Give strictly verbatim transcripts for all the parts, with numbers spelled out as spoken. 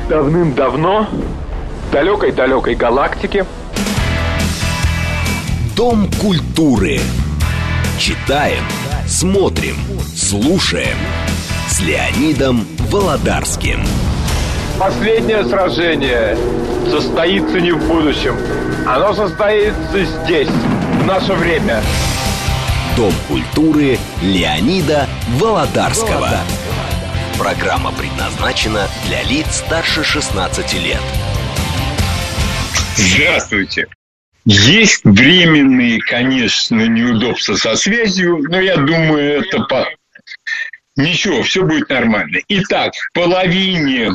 Давным-давно в далекой-далекой галактике Дом культуры. Читаем, смотрим, слушаем с Леонидом Володарским. последнее сражение состоится не в будущем. Оно состоится здесь, в наше время. Дом культуры Леонида Володарского. Программа предназначена для лиц старше шестнадцати лет. Здравствуйте. Есть временные, конечно, неудобства со связью, но я думаю, это по... Ничего, все будет нормально. Итак, в половине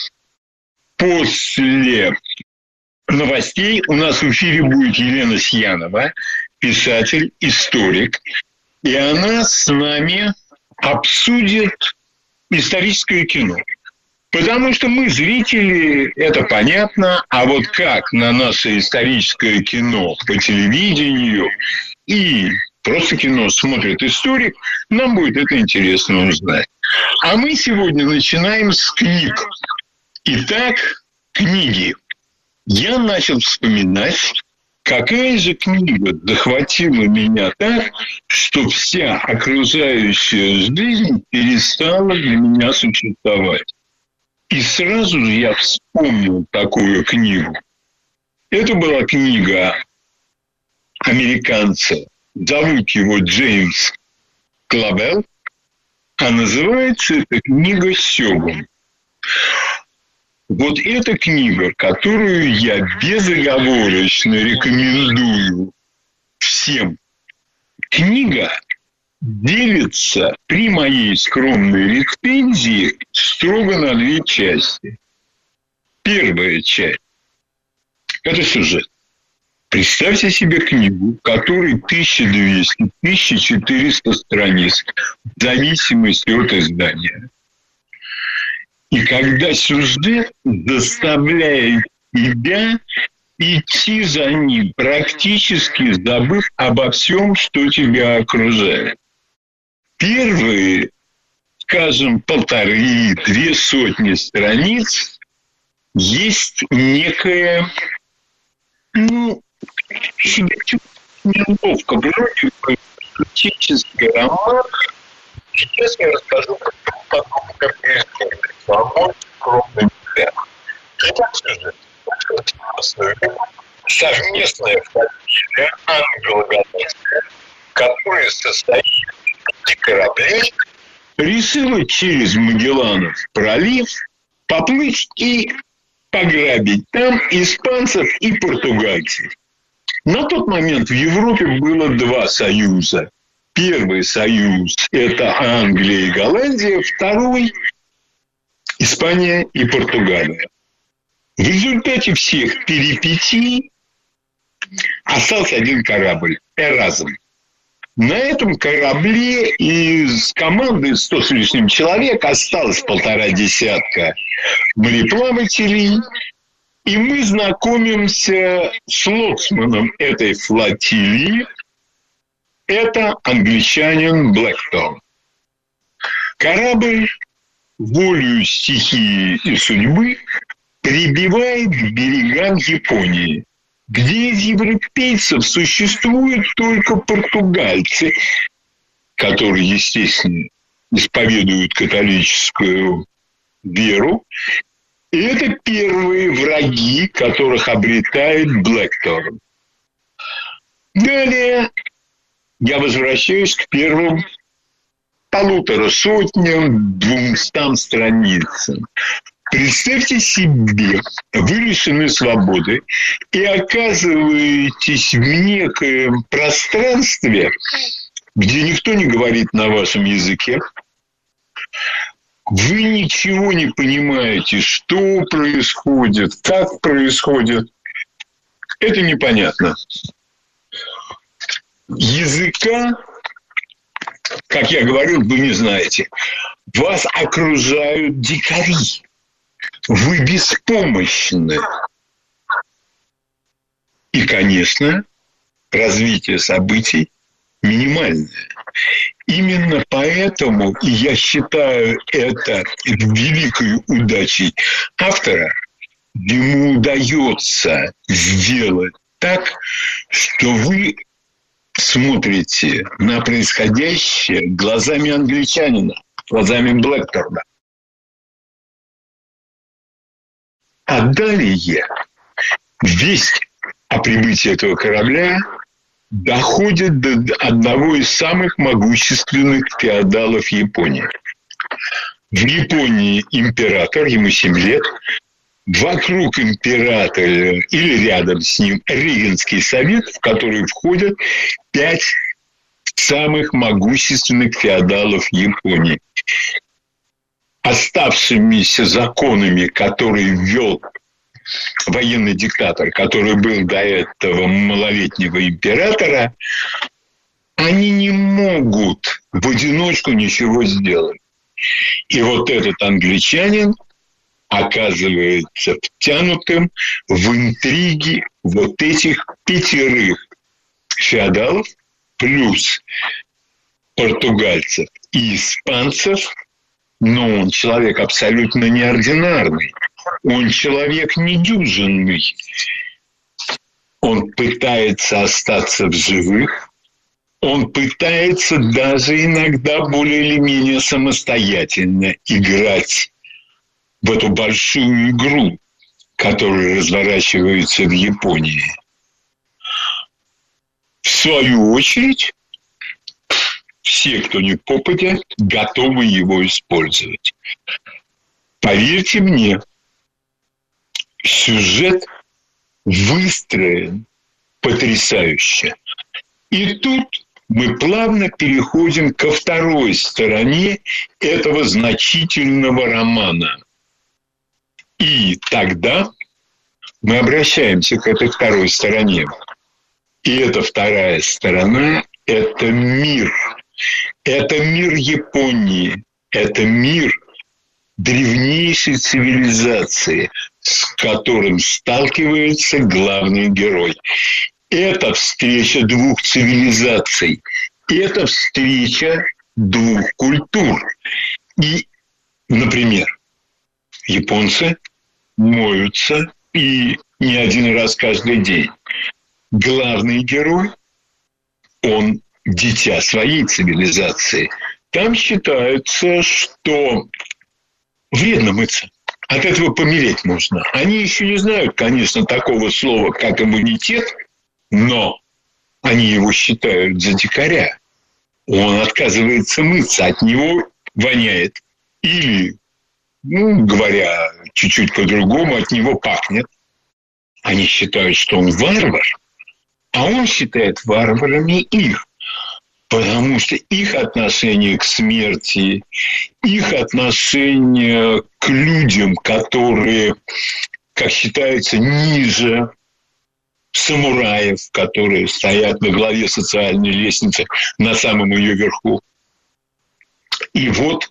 после новостей у нас в эфире будет Елена Сьянова, писатель, историк. И она с нами обсудит историческое кино. Потому что мы, зрители, это понятно, а вот как на наше историческое кино по телевидению и просто кино смотрит историк, нам будет это интересно узнать. А мы сегодня начинаем с книг. Итак, книги. Я начал вспоминать, какая же книга захватила меня так, что вся окружающая жизнь перестала для меня существовать. И сразу же я вспомнил такую книгу. Это была книга американца. Зовут его Джеймс Клавелл. А называется эта книга «Сёгун». Вот эта книга, которую я безоговорочно рекомендую всем. Книга делится при моей скромной рецензии строго на две части. Первая часть – это сюжет. Представьте себе книгу, которой тысяча двести - тысяча четыреста страниц, в зависимости от издания. И когда сюжет заставляет тебя идти за ним, практически забыв обо всем, что тебя окружает. Первые, скажем, полторы-две сотни страниц есть некая, ну, себя чувствует неловко, вроде бы классический роман. Сейчас я расскажу, как как происходит. Мой скромный взгляд. Итак, сюжет. Совместная флотилия англо-голландская, которая состоит из пяти кораблей, решила через Магелланов пролив поплыть и пограбить там испанцев и португальцев. На тот момент в Европе было два союза. Первый союз – это Англия и Голландия, второй – Испания и Португалия. В результате всех перипетий остался один корабль – «Эразм». На этом корабле из команды сто с лишним человек осталось полтора десятка мореплавателей. И мы знакомимся с лоцманом этой флотилии. Это англичанин Блэкторн. Корабль волею стихии и судьбы прибивает к берегам Японии, где из европейцев существуют только португальцы, которые, естественно, исповедуют католическую веру. И это первые враги, которых обретает Блэкторн. Далее я возвращаюсь к первым полутора сотням, двумстам страницам. Представьте себе, вы лишены свободы и оказываетесь в некоем пространстве, где никто не говорит на вашем языке. Вы ничего не понимаете, что происходит, как происходит. Это непонятно. Языка, как я говорил, вы не знаете. Вас окружают дикари. Вы беспомощны. И, конечно, развитие событий минимальное. Именно поэтому я считаю это великой удачей автора. Ему удается сделать так, что вы смотрите на происходящее глазами англичанина, глазами Блэкторна. А далее весть о прибытии этого корабля доходит до одного из самых могущественных феодалов Японии. В Японии император, ему семь лет, вокруг императора или рядом с ним Регенский совет, в который входят пять самых могущественных феодалов Японии. Оставшимися законами, которые ввел военный диктатор, который был до этого малолетнего императора, они не могут в одиночку ничего сделать. И вот этот англичанин оказывается втянутым в интриги вот этих пятерых феодалов плюс португальцев и испанцев. Но он человек абсолютно неординарный. Он человек недюжинный. Он пытается остаться в живых. Он пытается даже иногда более или менее самостоятельно играть в эту большую игру, которая разворачивается в Японии. В свою очередь, все, кто не попадя, готовы его использовать. Поверьте мне, сюжет выстроен потрясающе. И тут мы плавно переходим ко второй стороне этого значительного романа. И тогда мы обращаемся к этой второй стороне. И эта вторая сторона – это мир. Это мир Японии. Это мир древнейшей цивилизации, с которым сталкивается главный герой. Это встреча двух цивилизаций. Это встреча двух культур. И, например, японцы моются и не один раз каждый день. Главный герой, он дитя своей цивилизации. Там считается, что вредно мыться. От этого помереть можно. Они еще не знают, конечно, такого слова, как иммунитет, но они его считают за дикаря. Он отказывается мыться, от него воняет. Или, ну, говоря чуть-чуть по-другому, от него пахнет. Они считают, что он варвар, а он считает варварами их. Потому что их отношение к смерти, их отношение к людям, которые, как считается, ниже самураев, которые стоят на главе социальной лестницы, на самом ее верху. И вот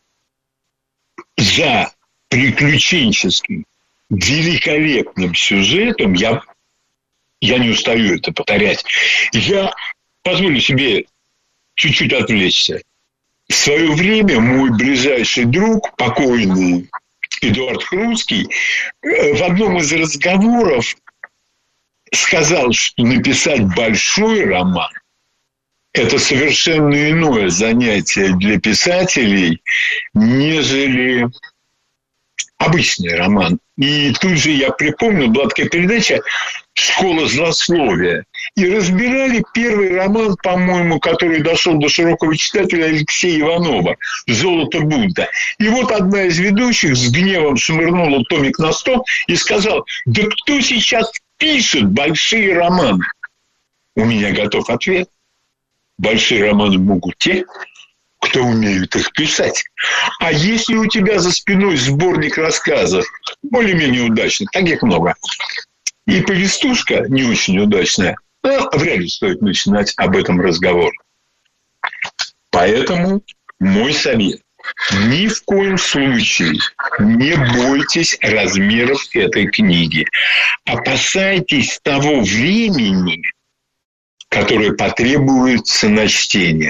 за приключенческим, великолепным сюжетом, я, я не устаю это повторять, я позволю себе чуть-чуть отвлечься. В свое время мой ближайший друг, покойный Эдуард Хруцкий, в одном из разговоров сказал, что написать большой роман – это совершенно иное занятие для писателей, нежели обычный роман. И тут же я припомнил, была такая передача «Школа злословия». И разбирали первый роман, по-моему, который дошел до широкого читателя, Алексея Иванова «Золото бунта». И вот одна из ведущих с гневом швырнула томик на стол и сказала: да кто сейчас пишет большие романы? У меня готов ответ. Большие романы могут те, кто умеют их писать. А если у тебя за спиной сборник рассказов более-менее удачных, таких много, и повестушка не очень удачная, ну, вряд ли стоит начинать об этом разговор. Поэтому мой совет: ни в коем случае не бойтесь размеров этой книги. Опасайтесь того времени, которое потребуется на чтение.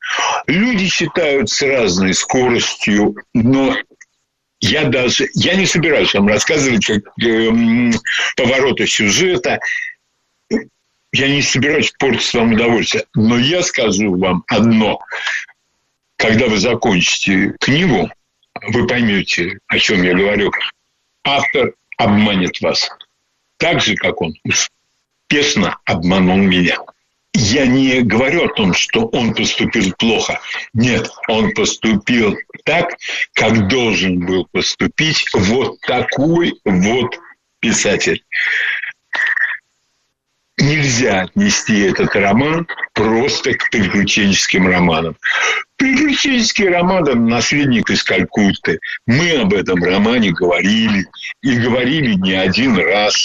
Люди читают с разной скоростью, но я даже... Я не собираюсь вам рассказывать как, э, повороты сюжета. Я не собираюсь портить вам удовольствие. Но я скажу вам одно. Когда вы закончите книгу, вы поймете, о чем я говорю. Автор обманет вас. Так же, как он успешно обманул меня. Я не говорю о том, что он поступил плохо. Нет, он поступил так, как должен был поступить вот такой вот писатель. Нельзя отнести этот роман просто к приключенческим романам. Приключенческий роман «Наследник из Калькутты». Мы об этом романе говорили. И говорили не один раз.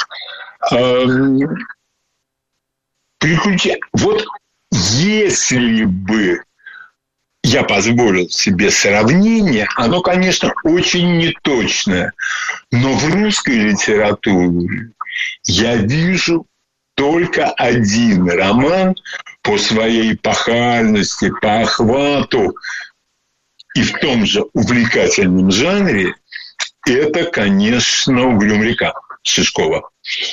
Приключен... Вот если бы я позволил себе сравнение, оно, конечно, очень неточное. Но в русской литературе я вижу только один роман по своей эпохальности, по охвату и в том же увлекательном жанре. Это, конечно, «Угрюм река» Шишкова.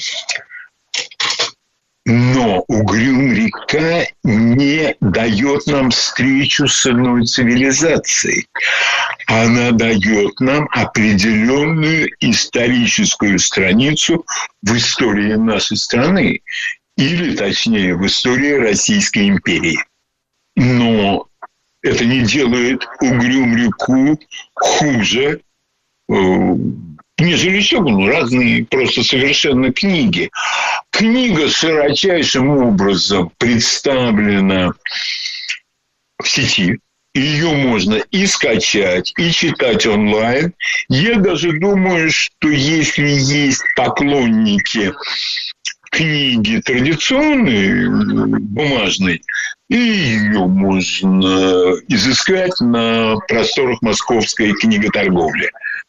Но «Угрюм река» не дает нам встречу с иной цивилизацией. Она дает нам определенную историческую страницу в истории нашей страны. Или, точнее, в истории Российской империи. Но это не делает «Угрюм реку» хуже, нежели Сёгун. Разные просто совершенно книги. Книга широчайшим образом представлена в сети. Ее можно и скачать, и читать онлайн. Я даже думаю, что если есть поклонники книги традиционной, бумажной, и ее можно изыскать на просторах московской книготорговли.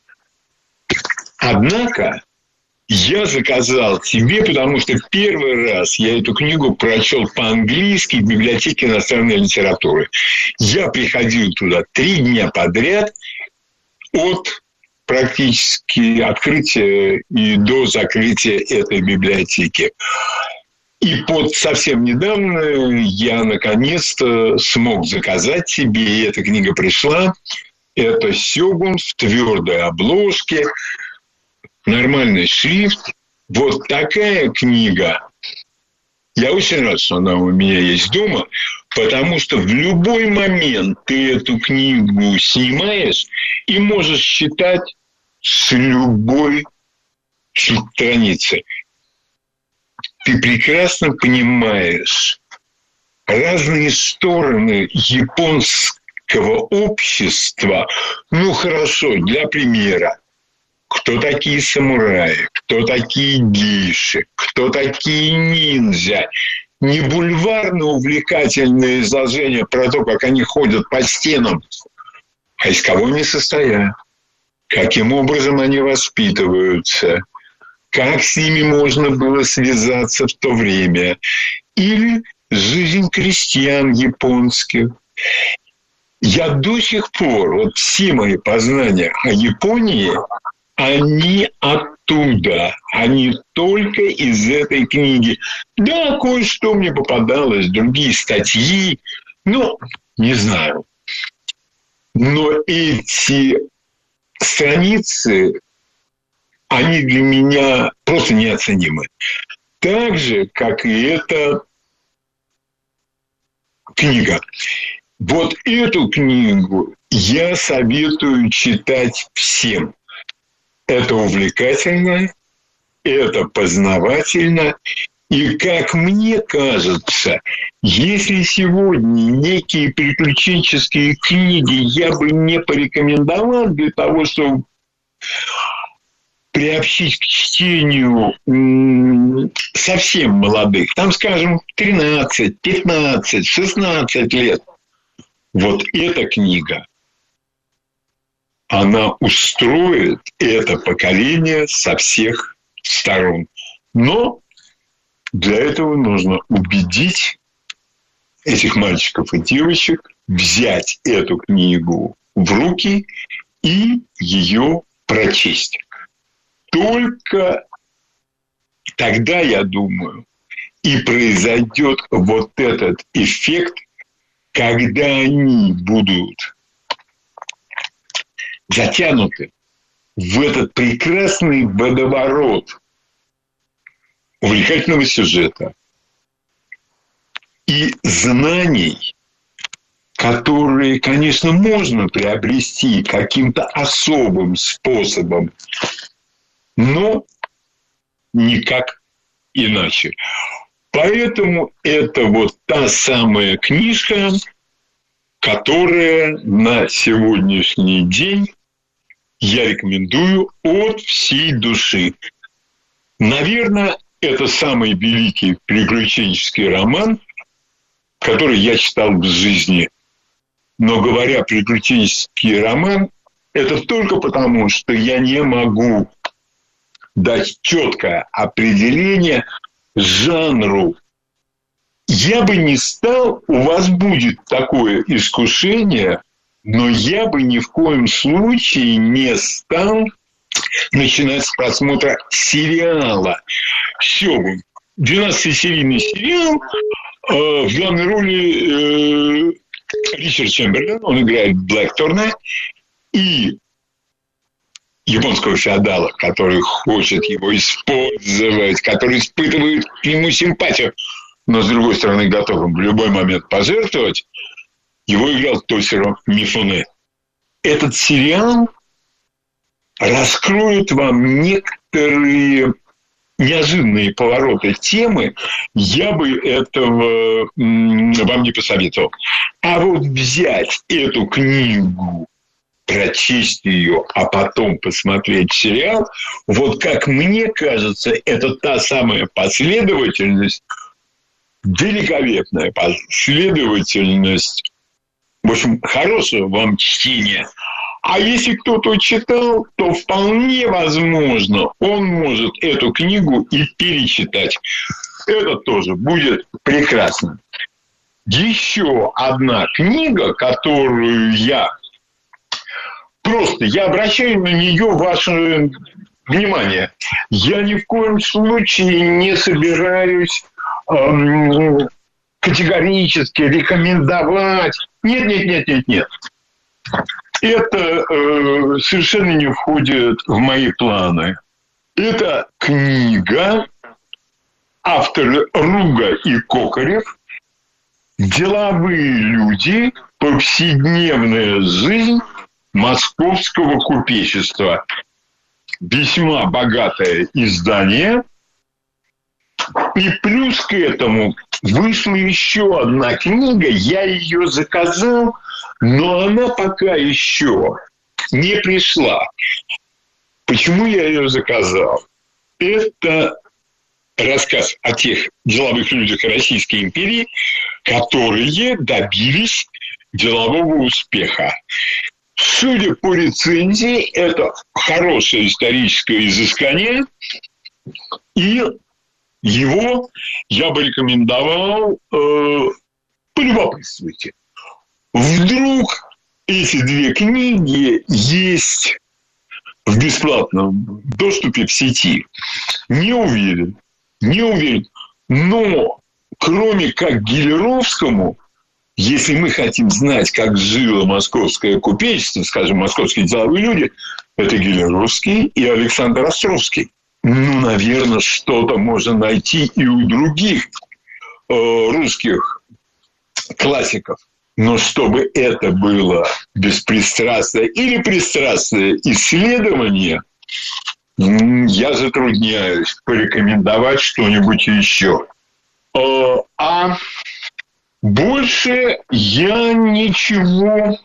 Однако я заказал себе, потому что первый раз я эту книгу прочел по-английски в библиотеке иностранной литературы. Я приходил туда три дня подряд от практически открытия и до закрытия этой библиотеки. И вот совсем недавно я наконец-то смог заказать себе, и эта книга пришла. Это Сёгун в твердой обложке, нормальный шрифт. Вот такая книга. Я очень рад, что она у меня есть дома, потому что в любой момент ты эту книгу снимаешь и можешь читать с любой страницы. Ты прекрасно понимаешь разные стороны японского общества. Ну, хорошо, для примера. Кто такие самураи, кто такие гейши, кто такие ниндзя. Не бульварно-увлекательное изложение про то, как они ходят по стенам, а из кого они состоят, каким образом они воспитываются, как с ними можно было связаться в то время. Или жизнь крестьян японских. Я до сих пор, вот все мои познания о Японии, они оттуда, они только из этой книги. Да, кое-что мне попадалось, другие статьи, ну, не знаю. Но эти страницы, они для меня просто неоценимы. Так же, как и эта книга. Вот эту книгу я советую читать всем. Это увлекательно, это познавательно. И, как мне кажется, если сегодня некие приключенческие книги я бы не порекомендовал для того, чтобы приобщить к чтению совсем молодых, там, скажем, тринадцать, пятнадцать, шестнадцать лет, вот эта книга, она устроит это поколение со всех сторон. Но для этого нужно убедить этих мальчиков и девочек взять эту книгу в руки и ее прочесть. Только тогда, я думаю, и произойдет вот этот эффект, когда они будут затянуты в этот прекрасный водоворот увлекательного сюжета и знаний, которые, конечно, можно приобрести каким-то особым способом, но никак иначе. Поэтому это вот та самая книжка, которая на сегодняшний день я рекомендую от всей души. Наверное, это самый великий приключенческий роман, который я читал в жизни. Но говоря приключенческий роман, это только потому, что я не могу дать четкое определение жанру. Я бы не стал, у вас будет такое искушение, но я бы ни в коем случае не стал начинать с просмотра сериала «Сёгун». двенадцатисерийный сериал, э, в главной роли э, Ричард Чемберлен, он играет Блэкторна, и японского феодала, который хочет его использовать, который испытывает к нему симпатию, но, с другой стороны, готов в любой момент пожертвовать, его играл Тосиро Мифуне. Этот сериал раскроет вам некоторые неожиданные повороты темы, я бы этого вам не посоветовал. А вот взять эту книгу, прочесть ее, а потом посмотреть сериал, вот как мне кажется, это та самая последовательность, великолепная последовательность, в общем, хорошего вам чтения. А если кто-то читал, то вполне возможно, он может эту книгу и перечитать. Это тоже будет прекрасно. Еще одна книга, которую я просто, я обращаю на нее ваше внимание. Я ни в коем случае не собираюсь эм, категорически рекомендовать. Нет, нет, нет, нет, нет. Это э, совершенно не входит в мои планы. Это книга, авторы Руга и Кокарев, «Деловые люди. Повседневная жизнь московского купечества». Весьма богатое издание. И плюс к этому вышла еще одна книга. Я ее заказал, но она пока еще не пришла. Почему я ее заказал? Это рассказ о тех деловых людях Российской империи, которые добились делового успеха. Судя по рецензии, это хорошее историческое изыскание, и его я бы рекомендовал, э, полюбопытствуйте. Вдруг эти две книги есть в бесплатном доступе в сети. Не уверен. Не уверен. Но кроме как Гелеровскому, если мы хотим знать, как жило московское купечество, скажем, московские деловые люди, это Гелеровский и Александр Островский. Ну, наверное, что-то можно найти и у других э, русских классиков. Но чтобы это было беспристрастное или пристрастное исследование, я затрудняюсь порекомендовать что-нибудь еще. А больше я ничего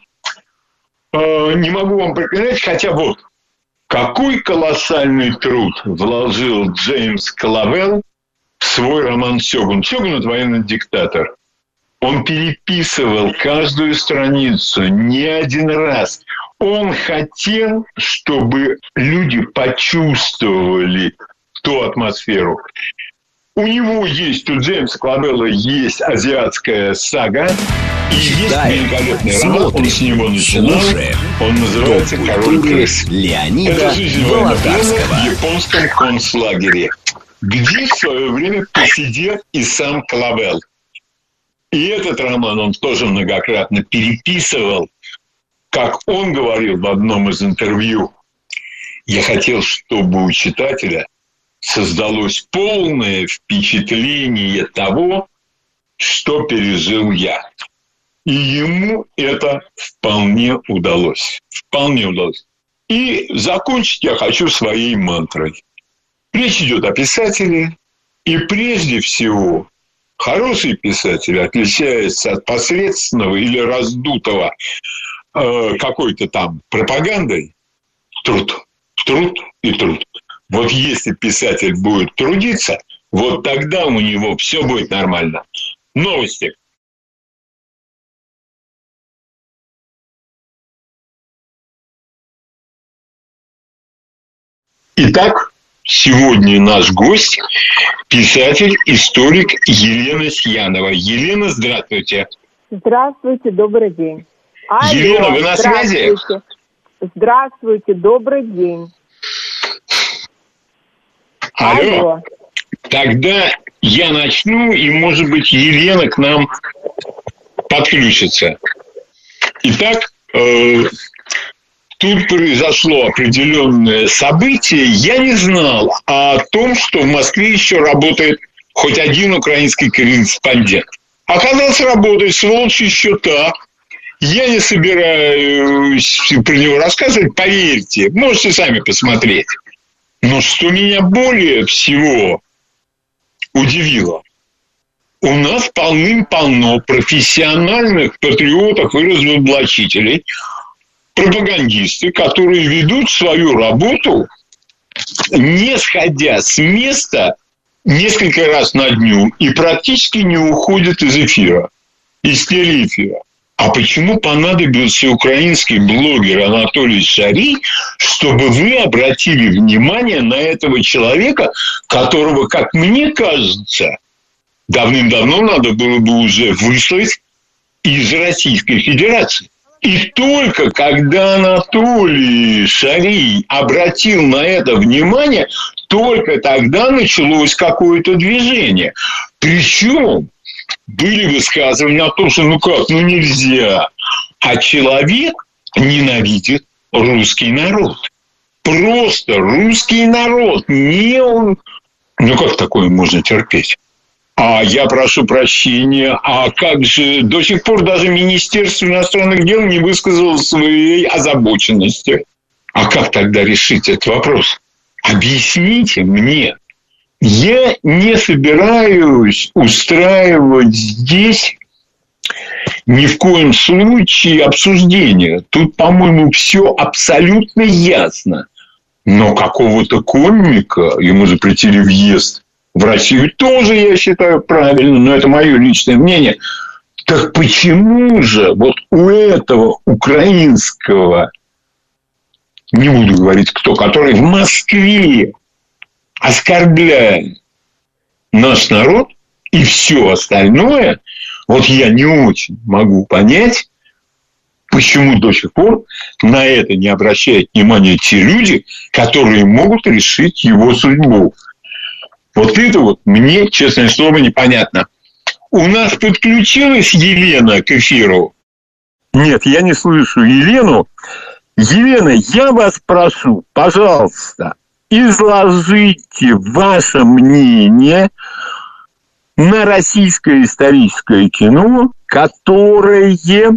не могу вам порекомендовать, хотя вот какой колоссальный труд вложил Джеймс Клавелл в свой роман «Сёгун». «Сёгун» — это военный диктатор. Он переписывал каждую страницу не один раз. Он хотел, чтобы люди почувствовали ту атмосферу. У него есть, у Джеймса Клабелла есть азиатская сага. И Читаем, есть великолепный смотрим, роман, он с него начинал. слушаем. Он называется Дом «Король культуры» крыс». Леонида Это жизнь военнопленных Володарского. в японском концлагере, где в свое время посидел и сам Клабелл. И этот роман он тоже многократно переписывал. Как он говорил в одном из интервью, я хотел, чтобы у читателя создалось полное впечатление того, что пережил я. И ему это вполне удалось. Вполне удалось. И закончить я хочу своей мантрой. Речь идет о писателе. И прежде всего, хороший писатель отличается от посредственного или раздутого э, какой-то там пропагандой. Труд. Труд и труд. Вот если писатель будет трудиться, вот тогда у него все будет нормально. Новости. Итак, сегодня наш гость – писатель, историк Елена Сьянова. Елена, здравствуйте. Здравствуйте, добрый день. Алло, Елена, вы на связи? Здравствуйте. Здравствуйте, добрый день. Алло. Алло. Тогда я начну, и, может быть, Елена к нам подключится. Итак, э, тут произошло определенное событие. Я не знал о том, что в Москве еще работает хоть один украинский корреспондент. Оказалось, работает, сволочь еще та. Я не собираюсь про него рассказывать, поверьте, можете сами посмотреть. Но что меня более всего удивило, у нас полным-полно профессиональных патриотов и разоблачителей, пропагандисты, которые ведут свою работу, не сходя с места несколько раз на дню и практически не уходят из эфира, из телеэфира. А почему понадобился украинский блогер Анатолий Шарий, чтобы вы обратили внимание на этого человека, которого, как мне кажется, давным-давно надо было бы уже выслать из Российской Федерации? И только когда Анатолий Шарий обратил на это внимание, только тогда началось какое-то движение. Причем были высказывания о том, что ну как, ну нельзя. А человек ненавидит русский народ. Просто русский народ. Не он. Ну как такое можно терпеть? А я прошу прощения, а как же до сих пор даже Министерство иностранных дел не высказало своей озабоченности? А как тогда решить этот вопрос? Объясните мне. Я не собираюсь устраивать здесь ни в коем случае обсуждения. Тут, по-моему, все абсолютно ясно. Но какого-то комика ему запретили въезд в Россию тоже, я считаю, правильно, но это мое личное мнение. Так почему же вот у этого украинского, не буду говорить кто, который в Москве оскорбляет наш народ и все остальное, вот я не очень могу понять, почему до сих пор на это не обращают внимания те люди, которые могут решить его судьбу. Вот это вот мне, честное слово, непонятно. У нас подключилась Елена к эфиру? Нет, я не слышу Елену. Елена, я вас прошу, пожалуйста, изложите ваше мнение на российское историческое кино, которое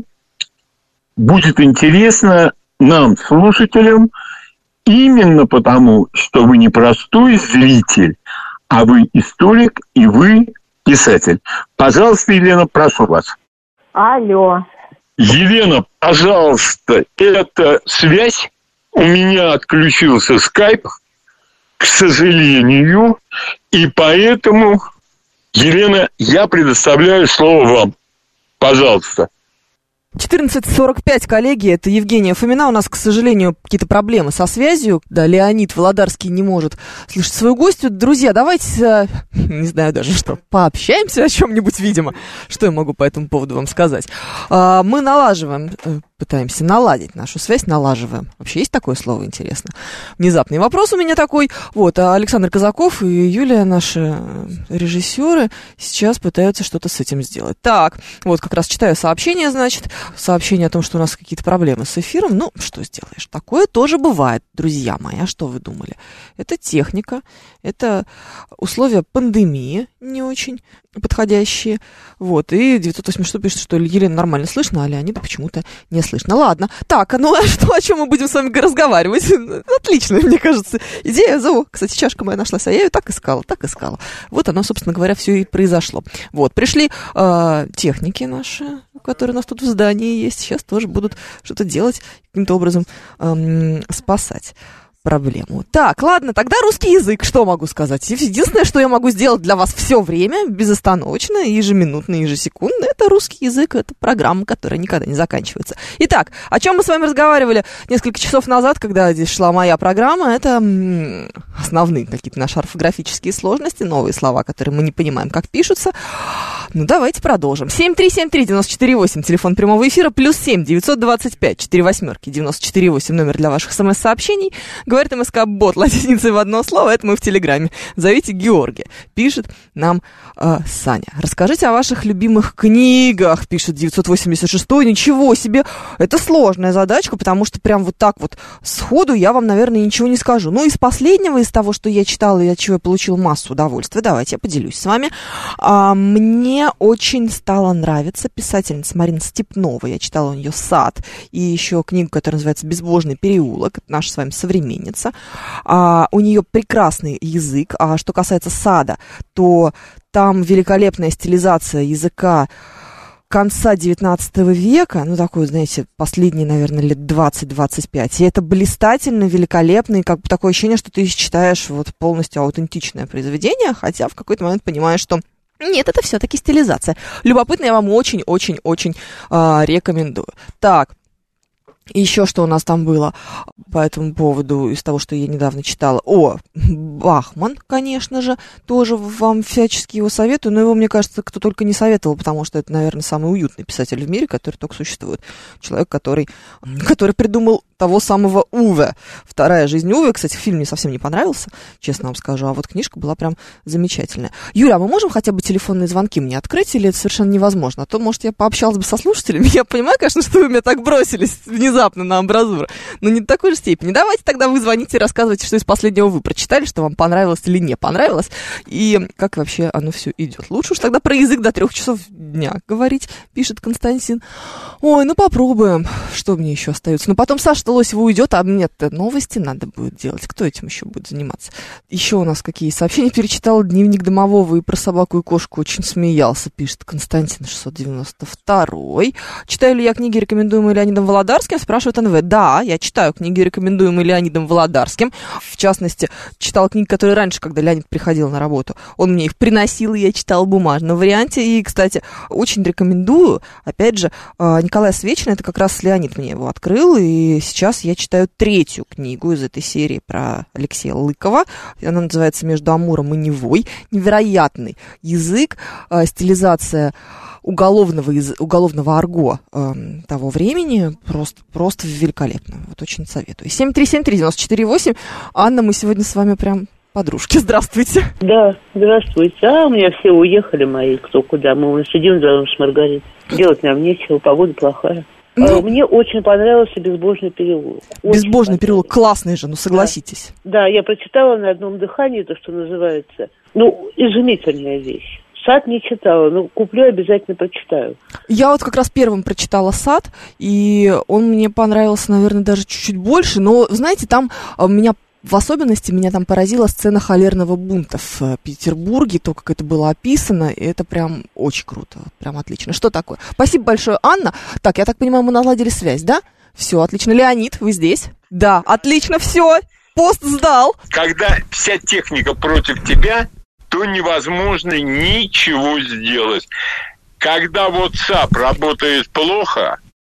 будет интересно нам, слушателям, именно потому, что вы не простой зритель, а вы историк и вы писатель. Пожалуйста, Елена, прошу вас. Алло. Елена, пожалуйста, это связь. У меня отключился скайп, к сожалению, и поэтому, Елена, я предоставляю слово вам. Пожалуйста. четырнадцать сорок пять, коллеги, это Евгения Фомина. У нас, к сожалению, какие-то проблемы со связью. Да, Леонид Володарский не может слышать свою гостью. Друзья, давайте, не знаю даже что, пообщаемся о чем-нибудь, видимо. Что я могу по этому поводу вам сказать? Мы налаживаем, пытаемся наладить нашу связь, налаживаем. Вообще есть такое слово, интересно? Внезапный вопрос у меня такой. Вот, а Александр Казаков и Юлия, наши режиссеры, сейчас пытаются что-то с этим сделать. Так, вот как раз читаю сообщение, значит, сообщение о том, что у нас какие-то проблемы с эфиром. Ну, что сделаешь? Такое тоже бывает, друзья мои. А что вы думали? Это техника, это условия пандемии не очень подходящие. Вот, и девятьсот восемьдесят шесть пишет, что Елена нормально слышно, а Леонида почему-то не слышно. Ладно. Так, ну а что, о чем мы будем с вами разговаривать? Отличная, мне кажется, идея. Зову. Кстати, чашка моя нашлась, а я ее так искала, так искала. Вот оно, собственно говоря, все и произошло. Вот, пришли э, техники наши, которые у нас тут в здании есть. Сейчас тоже будут что-то делать, каким-то образом э, спасать проблему. Так, ладно, тогда русский язык. Что могу сказать? Единственное, что я могу сделать для вас все время, безостановочно, ежеминутно, ежесекундно, это русский язык, это программа, которая никогда не заканчивается. Итак, о чем мы с вами разговаривали несколько часов назад, когда здесь шла моя программа, это м- основные какие-то наши орфографические сложности, новые слова, которые мы не понимаем, как пишутся. Ну, давайте продолжим. семь три семь три девять четыре восемь, телефон прямого эфира, плюс семь девятьсот двадцать пять четыре восьмерки девяносто четыре восемь, номер для ваших смс-сообщений. Говорит МСК-бот, латиницей в одно слово, это мы в Телеграме. Зовите Георгия. Пишет нам э, Саня. Расскажите о ваших любимых книгах, пишет девятьсот восемьдесят шесть. Ничего себе, это сложная задачка, потому что прям вот так вот сходу я вам, наверное, ничего не скажу. Ну, из последнего, из того, что я читала и от чего я получила массу удовольствия, давайте я поделюсь с вами. А, мне очень стала нравиться писательница Марина Степнова. Я читала у нее «Сад» и еще книгу, которая называется «Безбожный переулок». Это наша с вами современница. А, у нее прекрасный язык. А что касается «Сада», то там великолепная стилизация языка конца девятнадцатого века, ну, такой, знаете, последние, наверное, лет двадцать-двадцать пять. И это блистательно, великолепно, и как бы такое ощущение, что ты читаешь вот полностью аутентичное произведение, хотя в какой-то момент понимаешь, что нет, это все-таки стилизация. Любопытно, я вам очень-очень-очень э, рекомендую. Так. Еще что у нас там было по этому поводу, из того, что я недавно читала. О, Бахман, конечно же, тоже вам всячески его советую, но его, мне кажется, кто только не советовал, потому что это, наверное, самый уютный писатель в мире, который только существует. Человек, который, который придумал того самого Уве. «Вторая жизнь Уве». Кстати, фильм мне совсем не понравился, честно вам скажу, а вот книжка была прям замечательная. Юля, а мы можем хотя бы телефонные звонки мне открыть, или это совершенно невозможно? А то, может, я пообщалась бы со слушателями. Я понимаю, конечно, что вы меня так бросились внезапно на амбразуру, но не до такой же степени. Давайте тогда вы звоните и рассказывайте, что из последнего вы прочитали, что вам понравилось или не понравилось, и как вообще оно все идет. Лучше уж тогда про язык до трех часов дня говорить, пишет Константин. Ой, ну попробуем. Что мне еще остается? Ну потом Саша Лосева уйдет, а мне-то новости надо будет делать. Кто этим еще будет заниматься? Еще у нас какие сообщения перечитала. Дневник домового и про собаку и кошку очень смеялся, пишет Константин шестьсот девяносто два. Читаю ли я книги, рекомендуемые Леонидом Володарским? Спрашивает эн вэ. Да, я читаю книги, рекомендуемые Леонидом Володарским. В частности, читала книги, которые раньше, когда Леонид приходил на работу, он мне их приносил, и я читала в бумажном варианте. И, кстати, очень рекомендую. Опять же, Николай Свечный, это как раз Леонид мне его открыл, и сейчас Сейчас я читаю третью книгу из этой серии про Алексея Лыкова. Она называется «Между Амуром и Невой». Невероятный язык, э, стилизация уголовного, из, уголовного арго э, того времени. Просто, просто великолепно. Вот очень советую. семь три семь три девять четыре восемь. Анна, мы сегодня с вами прям подружки. Здравствуйте. Да, здравствуйте. А у меня все уехали мои, кто куда. Мы сидим вдвоем с Маргаритой. Делать нам нечего, погода плохая. Ну, мне очень понравился «Безбожный переулок». Очень «Безбожный переулок» классный же, ну согласитесь. Да. да, я прочитала на одном дыхании то, что называется. Ну, изумительная вещь. «Сад» не читала, но куплю, обязательно прочитаю. Я вот как раз первым прочитала «Сад», и он мне понравился, наверное, даже чуть-чуть больше. Но, знаете, там меня... В особенности меня там поразила сцена холерного бунта в Петербурге, то, как это было описано, и это прям очень круто, прям отлично. Что такое? Спасибо большое, Анна. Так, я так понимаю, мы наладили связь, да? Все, отлично. Леонид, вы здесь? Да, отлично, все, пост сдал. Когда вся техника против тебя, то невозможно ничего сделать. Когда WhatsApp работает плохо,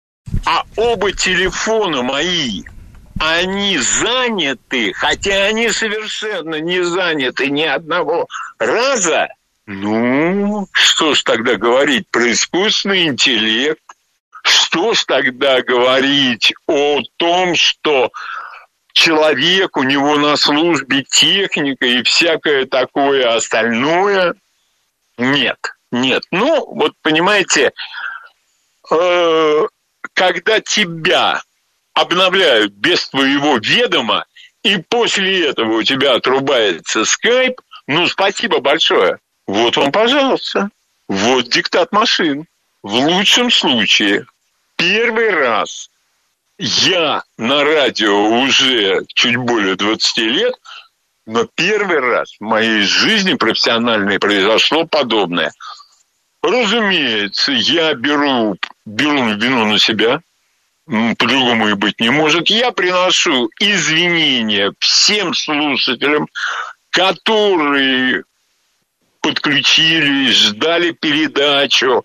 А оба телефона мои, они заняты, хотя они совершенно не заняты ни одного раза. Ну, что ж тогда говорить про искусственный интеллект? Что ж тогда говорить о том, что человек, у него на службе техника и всякое такое остальное? Нет, нет. Ну, вот понимаете, э, когда тебя обновляют без твоего ведома, и после этого у тебя отрубается скайп, ну, спасибо большое. Вот вам, пожалуйста. Вот диктат машин. В лучшем случае первый раз я на радио уже чуть более двадцать лет, но первый раз в моей жизни профессиональной произошло подобное. Разумеется, я беру, беру вину на себя, по-другому и быть не может. Я приношу извинения всем слушателям, которые подключились, ждали передачу,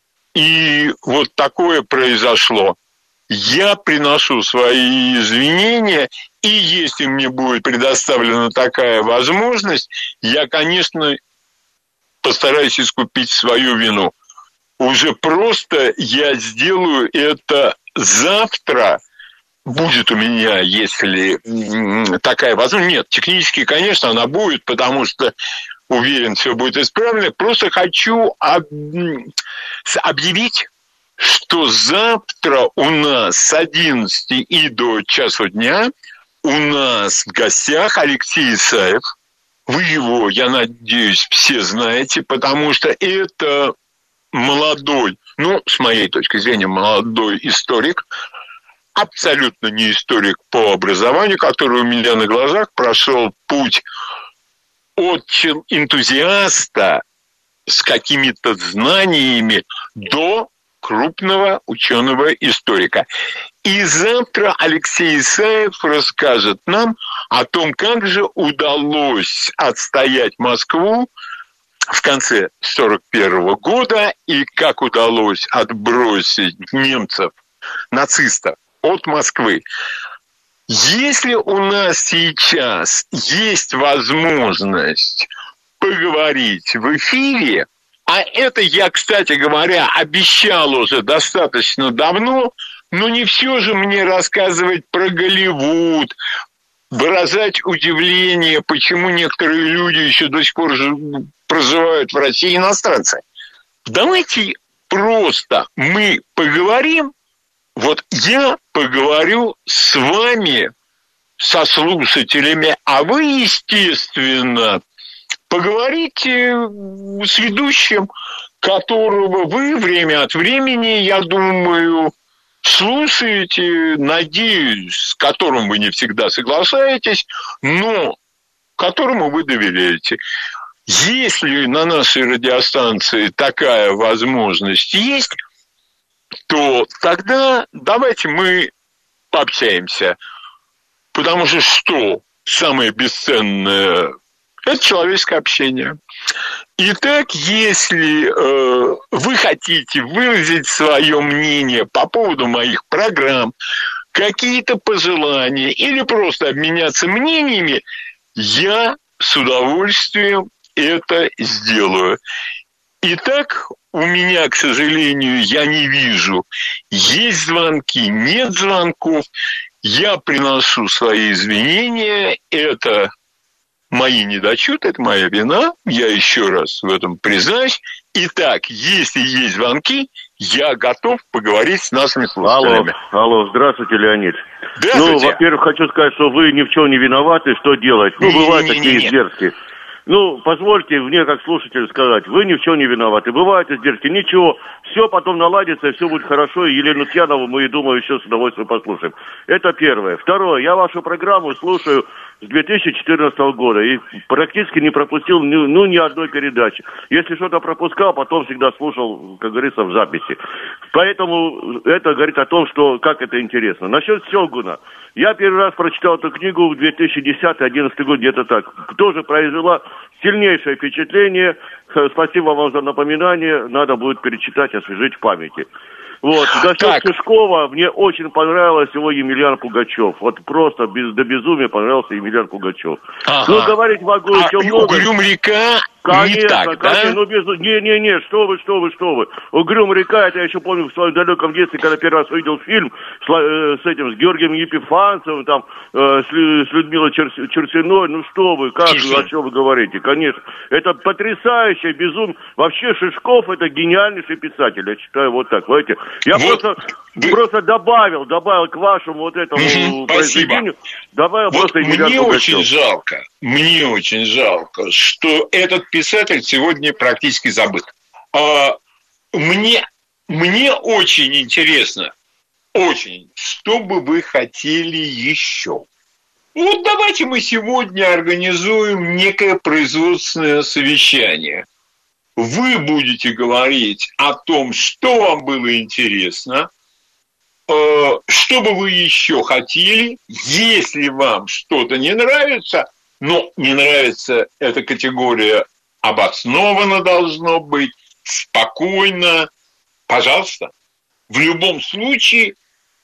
и вот такое произошло. Я приношу свои извинения, и если мне будет предоставлена такая возможность, я, конечно, постараюсь искупить свою вину. Уже просто я сделаю это завтра. Будет у меня, если такая возможность. Нет, технически, конечно, она будет, потому что уверен, все будет исправлено. Просто хочу об... объявить, что завтра у нас с одиннадцати и до часу дня у нас в гостях Алексей Исаев. Вы его, я надеюсь, все знаете, потому что это молодой, ну, с моей точки зрения, молодой историк, абсолютно не историк по образованию, который у меня на глазах прошел путь от энтузиаста с какими-то знаниями до крупного ученого-историка. И завтра Алексей Исаев расскажет нам о том, как же удалось отстоять Москву в конце сорок первого года и как удалось отбросить немцев, нацистов от Москвы. Если у нас сейчас есть возможность поговорить в эфире, а это я, кстати говоря, обещал уже достаточно давно, но не все же мне рассказывать про Голливуд, выражать удивление, почему некоторые люди еще до сих пор проживают в России, иностранцы. Давайте просто мы поговорим. Вот я поговорю с вами, со слушателями, а вы, естественно, поговорите с ведущим, которого вы время от времени, я думаю, слушаете, надеюсь, с которым вы не всегда соглашаетесь, но которому вы доверяете. Если на нашей радиостанции такая возможность есть, то тогда давайте мы пообщаемся. Потому что что самое бесценное – это человеческое общение. Итак, если э, вы хотите выразить свое мнение по поводу моих программ, какие-то пожелания или просто обменяться мнениями, я с удовольствием это сделаю. Итак, у меня, к сожалению, я не вижу, есть звонки, нет звонков. Я приношу свои извинения. Это мои недочеты, это моя вина. Я еще раз в этом признаюсь. Итак, если есть звонки, я готов поговорить с нашими слушателями. Алло, алло, здравствуйте, Леонид. Здравствуйте. Ну, во-первых, хочу сказать, что вы ни в чем не виноваты, что делать? Ну, не, бывают не, не, такие не, не. издержки. Ну, позвольте мне, как слушателю, сказать, вы ни в чем не виноваты. Бывают издержки, ничего, все потом наладится, и все будет хорошо, и Елену Тьянову мы, думаю, еще с удовольствием послушаем. Это первое. Второе, я вашу программу слушаю с две тысячи четырнадцатого года и практически не пропустил ну, ну ни одной передачи. Если что-то пропускал, потом всегда слушал, как говорится, в записи. Поэтому это говорит о том, что как это интересно. Насчет Сёгуна. Я первый раз прочитал эту книгу в две тысячи десятый — две тысячи одиннадцатый год, где-то так. Тоже произвела сильнейшее впечатление. Спасибо вам за напоминание. Надо будет перечитать, освежить в памяти. Вот, насчет Так. Шишкова, мне очень понравился его Емельян Пугачев. Вот просто без, до безумия понравился Емельян Пугачев. Ага. Ну, говорить могу А еще много. Угрюм-река Конечно, не так, конечно, да? ну без... Не-не-не, что вы, что вы, что вы. Угрюм река, это я еще помню в своем далеком детстве, когда первый раз увидел фильм с, э, с этим, с Георгием Епифанцевым, там, э, с, Лю- с Людмилой Чер... Черсиной, ну что вы, как Слушай. вы, о чем вы говорите, конечно. Это потрясающее безумие. Вообще Шишков это гениальнейший писатель, я считаю вот так, знаете. Я Вот просто, вы- просто добавил, добавил к вашему вот этому Мгм, произведению, добавил Вот просто Емельян мне Пугачев. очень жалко, мне очень жалко, что этот писатель сегодня практически забыт. А, мне, мне очень интересно, очень, что бы вы хотели еще? Вот давайте мы сегодня организуем некое производственное совещание. Вы будете говорить о том, что вам было интересно, что бы вы еще хотели, если вам что-то не нравится, но не нравится эта категория обоснованно должно быть, спокойно, пожалуйста. В любом случае,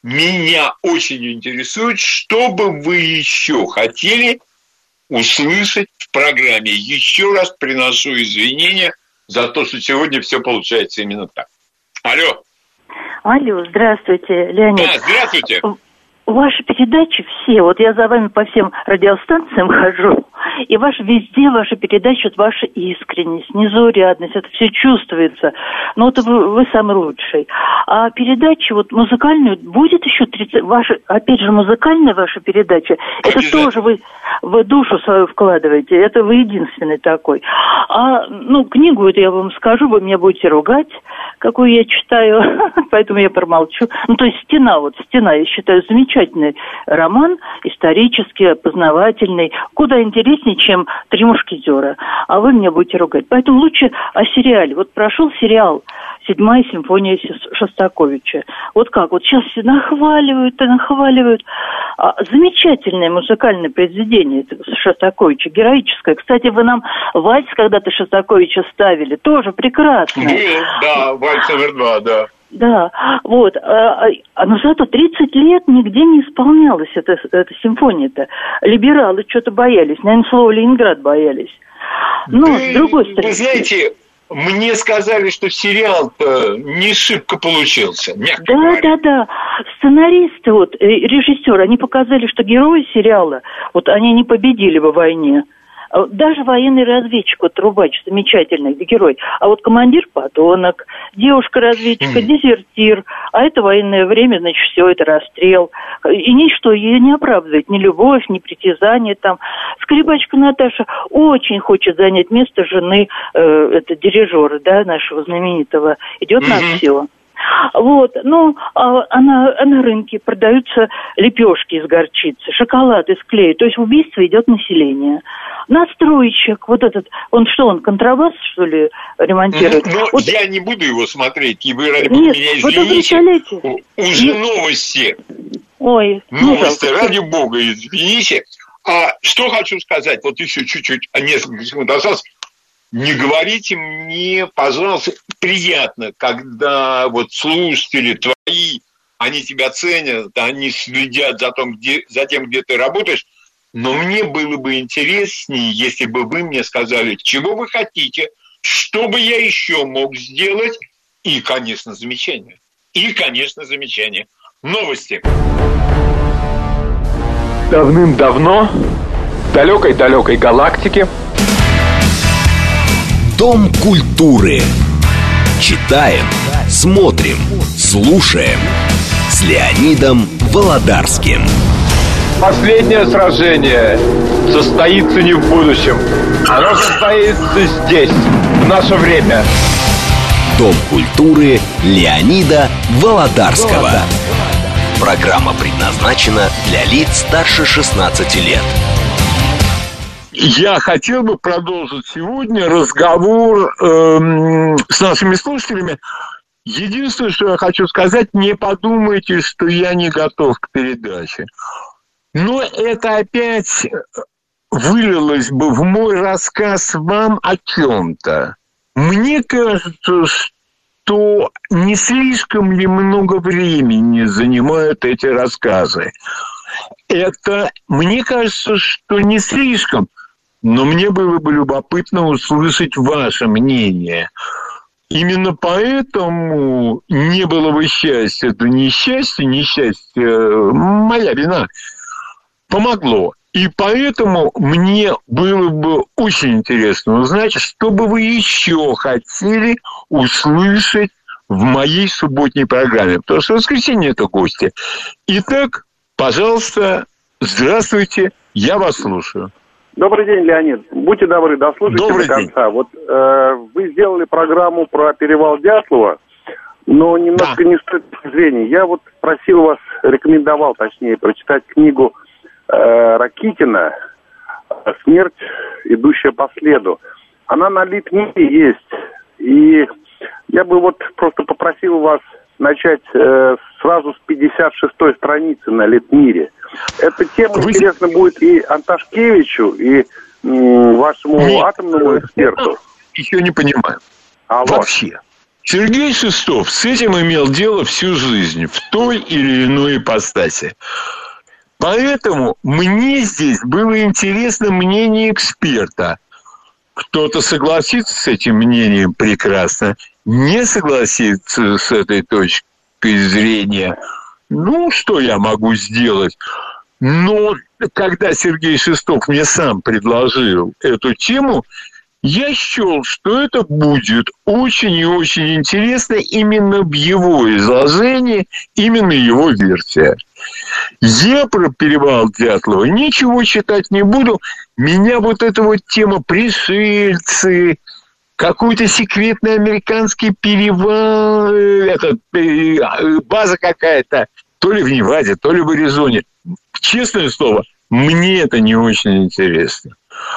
меня очень интересует, что бы вы еще хотели услышать в программе. Еще раз приношу извинения за то, что сегодня все получается именно так. Алло. Алло, здравствуйте, Леонид. Да, здравствуйте. Ваши передачи все, вот я за вами по всем радиостанциям хожу, и ваши, везде ваши передачи, вот ваша искренность, незаурядность, это все чувствуется. Ну, вот вы, вы самый лучший. А передачи, вот музыкальную, будет еще тридцать, ваша, опять же, музыкальная ваша передача, это тоже вы, вы душу свою вкладываете, это вы единственный такой. А, ну, книгу, это я вам скажу, вы меня будете ругать, какую я читаю, поэтому я промолчу. Ну, то есть «Стена», вот «Стена», я считаю, замечательный роман, исторический, познавательный, куда интереснее, чем «Три мушкетера». А вы меня будете ругать. Поэтому лучше о сериале. Вот прошел сериал «Седьмая симфония Шостаковича». Вот как? Вот сейчас все нахваливают и нахваливают. А, замечательное музыкальное произведение Шостаковича, героическое. Кстати, вы нам вальс когда-то Шостаковича ставили, тоже прекрасно. Да, вальс номер два, да. Да, вот. А, а, но зато тридцать лет нигде не исполнялась эта, эта симфония-то. Либералы что-то боялись, наверное, слово «Ленинград» боялись. Но, да, с другой стороны... Вы знаете, мне сказали, что сериал-то не шибко получился, мягко Да, говоря. да, да. Сценаристы, вот, режиссеры, они показали, что герои сериала, вот они не победили во войне. Даже военный разведчик, вот Трубач, замечательный герой. А вот командир подонок, девушка-разведчика, дезертир. А это военное время, значит, все это расстрел. И ничто ее не оправдывает. Ни любовь, ни притязание там. Скрипачка Наташа очень хочет занять место жены, э, это дирижера, да, нашего знаменитого. Идет на все. Вот, ну, а, а, на, а на рынке продаются лепешки из горчицы, шоколад из клея, то есть убийство идет население. Настройщик, вот этот, он что, он контрабас, что ли, ремонтирует? Ну, вот. Я не буду его смотреть, и вы, ради Нет, меня вот вы извините. представляете? Уже Нет. новости. Ой, Новости, ну, ради бога, извините. А что хочу сказать, вот еще чуть-чуть, несколько секунд осталось. Не говорите мне, пожалуйста, приятно, когда вот слушатели твои, они тебя ценят, они следят за, том, где, за тем, где ты работаешь, но мне было бы интереснее, если бы вы мне сказали, чего вы хотите, что бы я еще мог сделать, и, конечно, замечания. И, конечно, замечания. Новости. Давным-давно в далекой-далекой галактике Дом культуры. Читаем, смотрим, слушаем с Леонидом Володарским. последнее сражение состоится не в будущем. Оно состоится здесь, в наше время. Дом культуры Леонида Володарского. Программа предназначена для лиц старше шестнадцати лет. Я хотел бы продолжить сегодня разговор эм, с нашими слушателями. Единственное, что я хочу сказать, не подумайте, что я не готов к передаче. Но это опять вылилось бы в мой рассказ вам о чем-то. Мне кажется, что не слишком ли много времени занимают эти рассказы. Это, мне кажется, что не слишком, но мне было бы любопытно услышать ваше мнение. Именно поэтому не было бы счастья, это несчастье, несчастье, моя вина, помогло. И поэтому мне было бы очень интересно узнать, что бы вы еще хотели услышать в моей субботней программе. Потому что в воскресенье это гости. Итак, пожалуйста, здравствуйте, я вас слушаю. Добрый день, Леонид. Будьте добры, дослушайте Добрый до конца. день. Вот э, вы сделали программу про перевал Дятлова, но немножко да. не с той точки зрения. Я вот просил вас, рекомендовал, точнее, прочитать книгу э, Ракитина «Смерть, идущая по следу». Она на Литмире есть. И я бы вот просто попросил вас начать э, сразу с пятьдесят шестой страницы на Литмире. Эта тема Вы... интересна будет и Анташкевичу, и м, вашему Нет. атомному эксперту. Еще не понимаю. Алло. Вообще. Сергей Шестов с этим имел дело всю жизнь, в той или иной ипостаси. Поэтому мне здесь было интересно мнение эксперта. Кто-то согласится с этим мнением прекрасно, не согласится с этой точкой зрения. Ну, что я могу сделать? Но когда Сергей Шестов мне сам предложил эту тему, я счел, что это будет очень и очень интересно именно в его изложении, именно его версия. Я про перевал Дятлова ничего читать не буду. Меня вот эта вот тема пришельцы, какой-то секретный американский перевал, это, база какая-то, то ли в Неваде, то ли в Аризоне. Честное слово, мне это не очень интересно.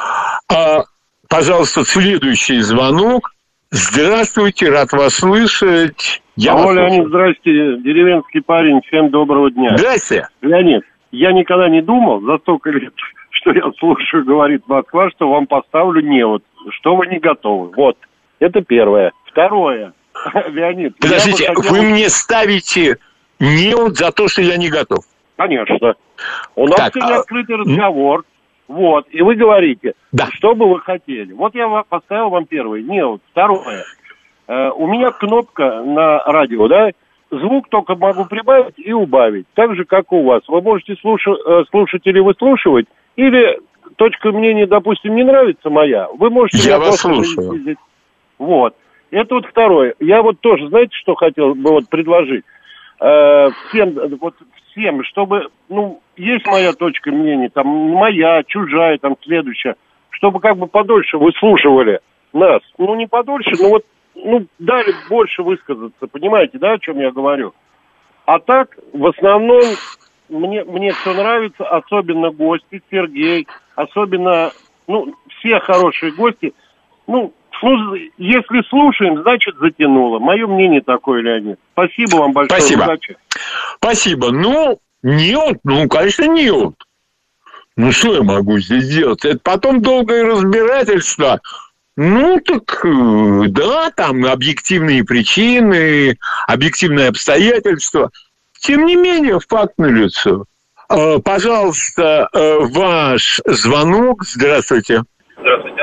А, пожалуйста, следующий звонок. Здравствуйте, рад вас слышать. Я Алло, вас Леонид, здрасте, деревенский парень, всем доброго дня. Здрасте. Леонид, я никогда не думал за столько лет, что я слушаю, говорит Москва, что вам поставлю неуд, что вы не готовы. Вот, это первое. Второе, Леонид. Подождите, хотел... вы мне ставите неуд за то, что я не готов? Конечно. У нас так, сегодня а... открытый разговор. Вот, и вы говорите, да. что бы вы хотели. Вот я поставил вам первое, неуд. Второе. Uh, у меня кнопка на радио, да, звук только могу прибавить и убавить, так же, как у вас. Вы можете слушать, слушать или выслушивать, или точка мнения, допустим, не нравится моя, вы можете... Я вас слушаю. Ездить. Вот. Это вот второе. Я вот тоже, знаете, что хотел бы вот предложить? Uh, всем, вот всем, чтобы, ну, есть моя точка мнения, там, моя, чужая, там, следующая, чтобы как бы подольше выслушивали нас. Ну, не подольше, но вот ну, дали больше высказаться, понимаете, да, о чем я говорю? А так, в основном, мне, мне все нравится, особенно гости, Сергей, особенно, ну, все хорошие гости. Ну, ну, если слушаем, значит, затянуло. Мое мнение такое, Леонид. Спасибо вам большое. Спасибо. Удачи. Спасибо. Ну, неуд, ну, конечно, неуд. Ну, что я могу здесь сделать? Это потом долгое разбирательство. Ну, так, да, там объективные причины, объективные обстоятельства. Тем не менее, факт налицо. Пожалуйста, ваш звонок. Здравствуйте. Здравствуйте.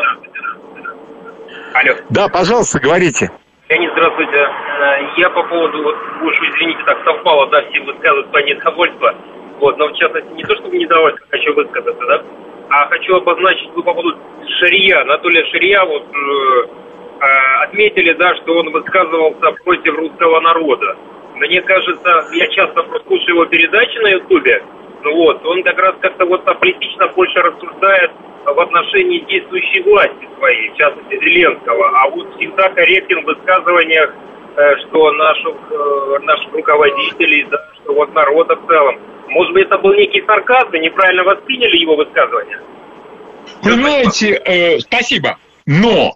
Алло. Да, пожалуйста, говорите. Леонид, здравствуйте. Я по поводу, вот, уж извините, так совпало, да, все высказывают по недовольству. Вот, но в частности, не то чтобы недовольство, хочу высказаться, да, а хочу обозначить, вы по поводу Шария, Анатолия Шария, вот, э, отметили, да, что он высказывался против русского народа. Мне кажется, я часто слушаю его передачи на Ютубе, ну вот, он как раз как-то вот аполитично больше рассуждает в отношении действующей власти своей, в частности Зеленского, а вот всегда корректен в высказываниях, э, что наших, э, наших руководителей, да, что вот народа в целом. Может быть, это был некий сарказм, и неправильно восприняли его высказывание? Понимаете, э, спасибо. Но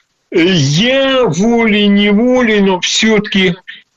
я волей-неволей, но все-таки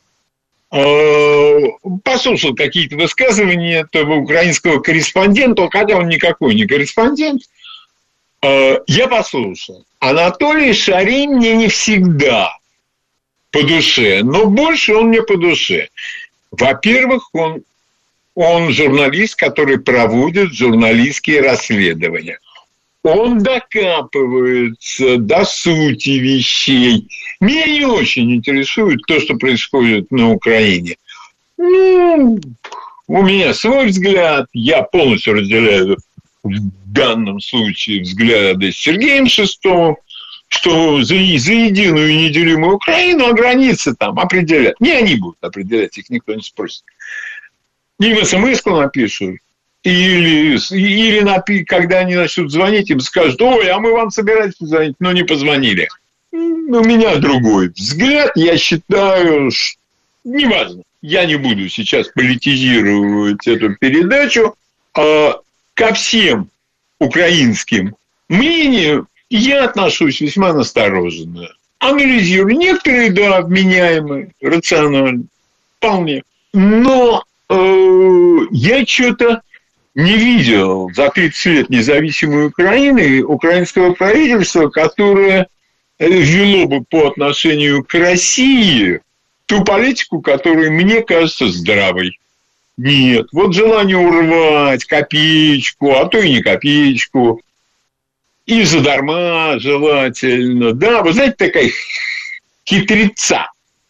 э, послушал какие-то высказывания этого украинского корреспондента, хотя он никакой не корреспондент. Э, я послушал. Анатолий Шарий мне не всегда по душе, но больше он мне по душе. Во-первых, он, он журналист, который проводит журналистские расследования. Он докапывается до сути вещей. Меня не очень интересует то, что происходит на Украине. Ну, у меня свой взгляд. Я полностью разделяю в данном случае взгляды с Сергеем Шестовым, что за, за единую и неделимую Украину, а границы там определят. Не они будут определять, их никто не спросит. Им смс-ку напишут. Или, или напи, когда они начнут звонить, им скажут: ой, а мы вам собирались позвонить, но не позвонили. У меня другой взгляд. Я считаю, что... неважно, я не буду сейчас политизировать эту передачу. А ко всем украинским мнениям я отношусь весьма настороженно. Анализирую. Некоторые, да, вменяемые, рационально, вполне. Но э, я что-то не видел за тридцать лет независимой Украины украинского правительства, которое вело бы по отношению к России ту политику, которая мне кажется здравой. Нет. Вот желание урвать копеечку, а то и не копеечку, и задарма желательно. Да, вы знаете, такая хитреца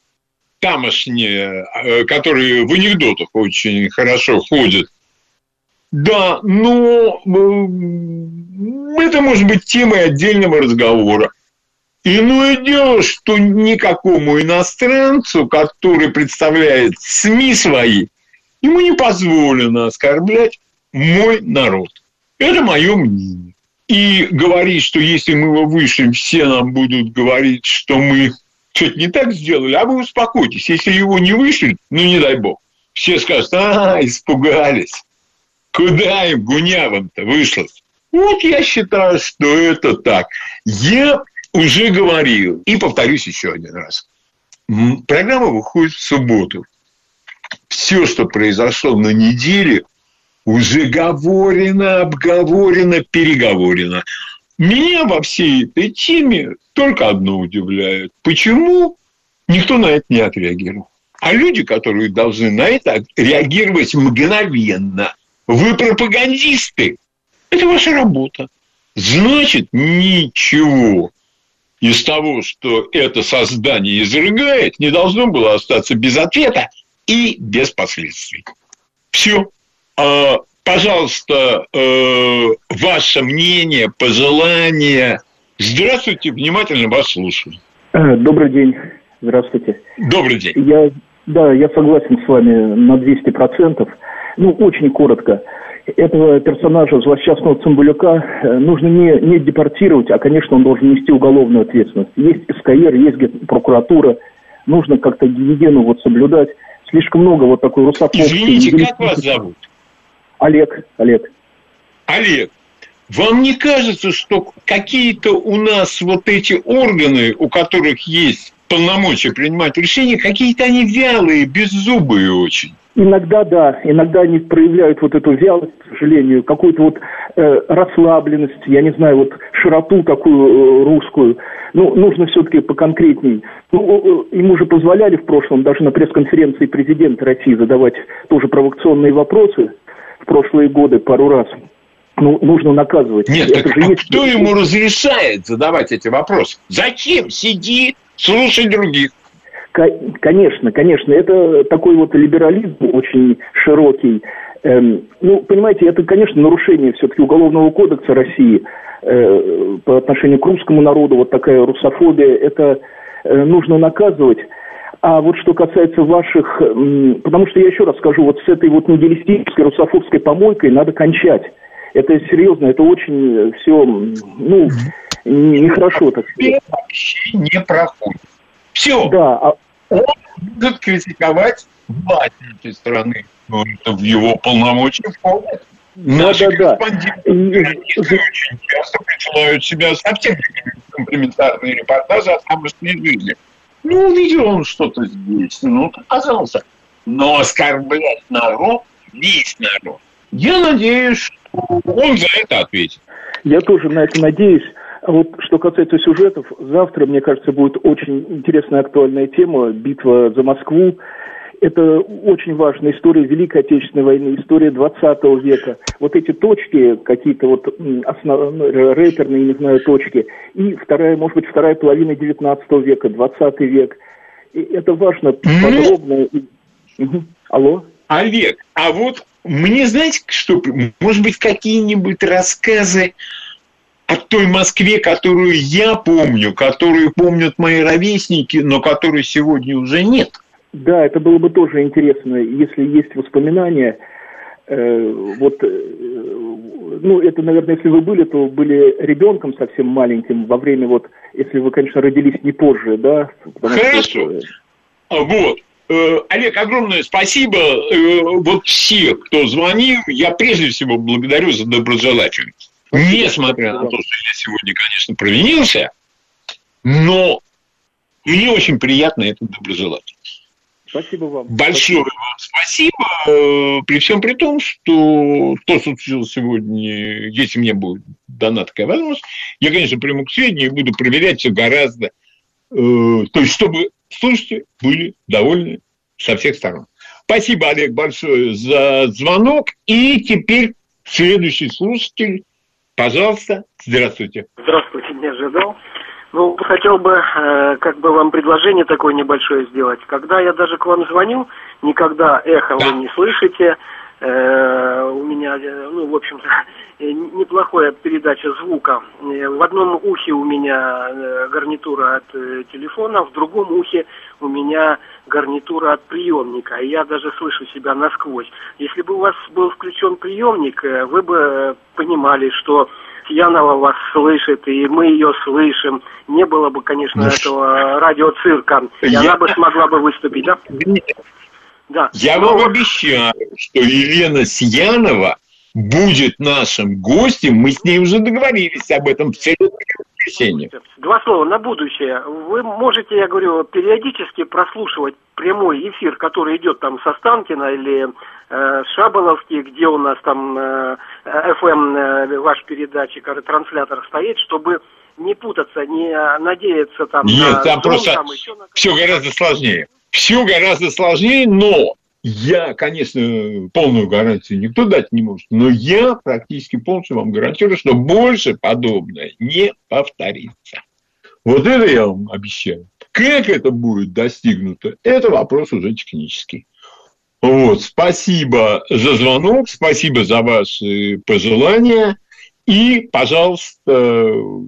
тамошняя, которая в анекдотах очень хорошо ходит. Да, но это может быть темой отдельного разговора. Иное дело, что никакому иностранцу, который представляет СМИ свои, ему не позволено оскорблять мой народ. Это мое мнение. И говорить, что если мы его вышлем, все нам будут говорить, что мы что-то не так сделали, а вы успокойтесь. Если его не вышлют, ну не дай бог, все скажут: а, испугались. Куда им, гунявым-то, вышло? Вот я считаю, что это так. Я уже говорил, и повторюсь еще один раз. Программа выходит в субботу. Все, что произошло на неделе, уже говорено, обговорено, переговорено. Меня во всей этой теме только одно удивляет. Почему никто на это не отреагировал? А люди, которые должны на это реагировать мгновенно, вы пропагандисты. Это ваша работа. Значит, ничего из того, что это создание изрыгает, не должно было остаться без ответа и без последствий. Все. А, пожалуйста, э, ваше мнение, пожелания. Здравствуйте, внимательно вас слушаю. Добрый день. Здравствуйте. Добрый день. Я, да, я согласен с вами на двести процентов. Ну, очень коротко. Этого персонажа, злосчастного Цымбалюка, нужно не, не депортировать, а, конечно, он должен нести уголовную ответственность. Есть СКР, есть прокуратура. Нужно как-то гигиену вот соблюдать. Слишком много вот такой русофобской... Извините, как вас зовут? Олег. Олег. Олег, вам не кажется, что какие-то у нас вот эти органы, у которых есть полномочия принимать решения, какие-то они вялые, беззубые очень? Иногда, да, иногда они проявляют вот эту вялость, к сожалению, какую-то вот э, расслабленность, я не знаю, вот широту такую э, русскую. Ну, нужно все-таки поконкретней. Ну, э, ему же позволяли в прошлом даже на пресс-конференции президента России задавать тоже провокационные вопросы в прошлые годы пару раз. Ну, нужно наказывать. Нет, это так же а есть... кто ему разрешает задавать эти вопросы? Зачем сидит, слушать других? Конечно, конечно, это такой вот либерализм очень широкий. Эм, ну, понимаете, это, конечно, нарушение все-таки Уголовного кодекса России э, по отношению к русскому народу, вот такая русофобия, это э, нужно наказывать. А вот что касается ваших, э, потому что я еще раз скажу, вот с этой вот нигилистической русофобской помойкой надо кончать. Это серьезно, это очень все, ну, нехорошо, так сказать. Вообще не проходит. Все. Да, а... Он будет критиковать власть этой страны. Но это в его полномочиях входит. Да, Наши да, корреспонденты очень часто присылают себя совсем комплементарные репортажи о тамошней жизни. Ну, увидел он что-то здесь, ну, пожалуйста. Но оскорблять народ, весь народ, я надеюсь, что он за это ответит. Я тоже на это надеюсь. А вот что касается сюжетов, завтра, мне кажется, будет очень интересная актуальная тема «Битва за Москву». Это очень важная история Великой Отечественной войны, история двадцатого века. Вот эти точки, какие-то вот основ... рэперные, не знаю, точки. И вторая, может быть, вторая половина девятнадцатого века, двадцатый век. И это важно, подробно. Угу. Алло? Олег, а вот мне, знаете, что, может быть, какие-нибудь рассказы о той Москве, которую я помню, которую помнят мои ровесники, но которой сегодня уже нет? Да, это было бы тоже интересно, если есть воспоминания. Э, вот, э, ну, это, наверное, если вы были, то были ребенком совсем маленьким во время, вот, если вы, конечно, родились не позже, да? Хорошо. Что, вот. Э, Олег, огромное спасибо. Э, вот всех, кто звонил, я прежде всего благодарю за доброжелательность. Несмотря на то, что я сегодня, конечно, провинился, но мне очень приятно эта доброжелательность. Спасибо вам. Большое спасибо. вам спасибо. При всем при том, что то, что случилось сегодня, если мне будет дана такая возможность, я, конечно, приму к сведению и буду проверять все гораздо. Э, то есть, чтобы слушатели были довольны со всех сторон. Спасибо, Олег, большое за звонок. И теперь следующий слушатель. Пожалуйста, здравствуйте. Здравствуйте, не ожидал. Ну, хотел бы, э, как бы вам предложение такое небольшое сделать. Когда я даже к вам звоню, никогда эхо да. вы не слышите. Э, у меня, ну, в общем-то, неплохая передача звука. В одном ухе у меня гарнитура от э, телефона, в другом ухе у меня гарнитура от приемника. И я даже слышу себя насквозь. Если бы у вас был включен приемник, вы бы понимали, что Янова вас слышит, и мы ее слышим. Не было бы, конечно, ну, этого радиоцирка, и я... она бы смогла бы выступить, да? Да. Я Но... вам обещаю, что Елена Сиянова будет нашим гостем. Мы с ней уже договорились об этом в воскресенье. Два слова на будущее. Вы можете, я говорю, периодически прослушивать прямой эфир, который идет там со Останкино или э, Шаболовки, где у нас там э, эф эм, э, ваш передатчик, транслятор стоит, чтобы не путаться, не надеяться там Нет, на... там зон, просто там еще на... все гораздо сложнее. Все гораздо сложнее, но я, конечно, полную гарантию никто дать не может, но я практически полностью вам гарантирую, что больше подобное не повторится. Вот это я вам обещаю. Как это будет достигнуто, это вопрос уже технический. Вот, спасибо за звонок, спасибо за ваши пожелания. И, пожалуйста,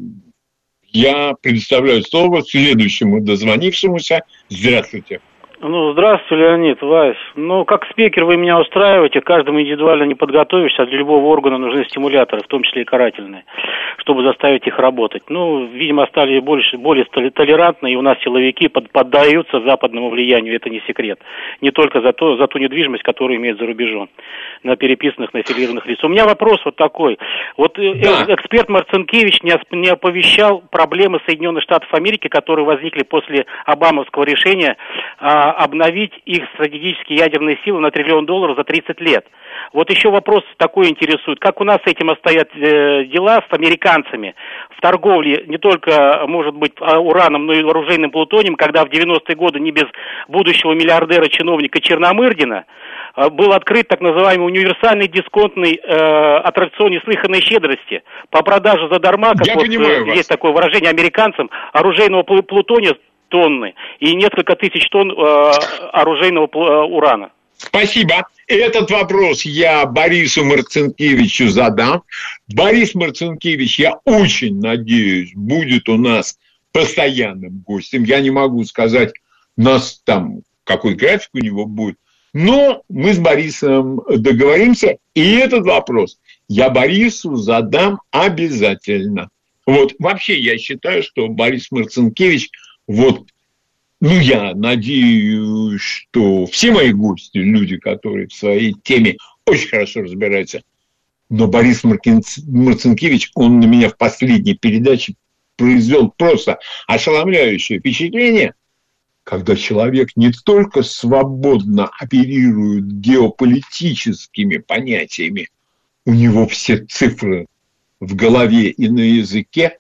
я предоставляю слово следующему дозвонившемуся. Здравствуйте. Ну, здравствуйте, Леонид, Вась. Ну, как спикер вы меня устраиваете, каждому индивидуально не подготовишься, а для любого органа нужны стимуляторы, в том числе и карательные, чтобы заставить их работать. Ну, видимо, стали больше, более толерантны, и у нас силовики под, поддаются западному влиянию, это не секрет. Не только за, то, за ту недвижимость, которую имеют за рубежом, на переписанных, на аффилированных лиц. У меня вопрос вот такой. Вот да. эксперт Марцинкевич не, не оповещал проблемы Соединенных Штатов Америки, которые возникли после обамовского решения а, обновить их стратегические ядерные силы на триллион долларов за тридцать лет. Вот еще вопрос такой интересует. Как у нас с этим обстоят э, дела с американцами в торговле не только, может быть, ураном, но и оружейным плутонием, когда в девяностые годы не без будущего миллиардера-чиновника Черномырдина э, был открыт так называемый универсальный дисконтный э, аттракцион неслыханной щедрости по продаже задарма, как вот, э, есть такое выражение американцам, оружейного плутония тонны и несколько тысяч тонн э, оружейного э, урана. Спасибо. Этот вопрос я Борису Марцинкевичу задам. Борис Марцинкевич, я очень надеюсь, будет у нас постоянным гостем. Я не могу сказать, нас там какой график у него будет, но мы с Борисом договоримся, и этот вопрос я Борису задам обязательно. Вот, вообще я считаю, что Борис Марцинкевич, вот, ну, я надеюсь, что все мои гости, люди, которые в своей теме очень хорошо разбираются, но Борис Марцинкевич, он на меня в последней передаче произвел просто ошеломляющее впечатление, когда человек не только свободно оперирует геополитическими понятиями, у него все цифры в голове и на языке,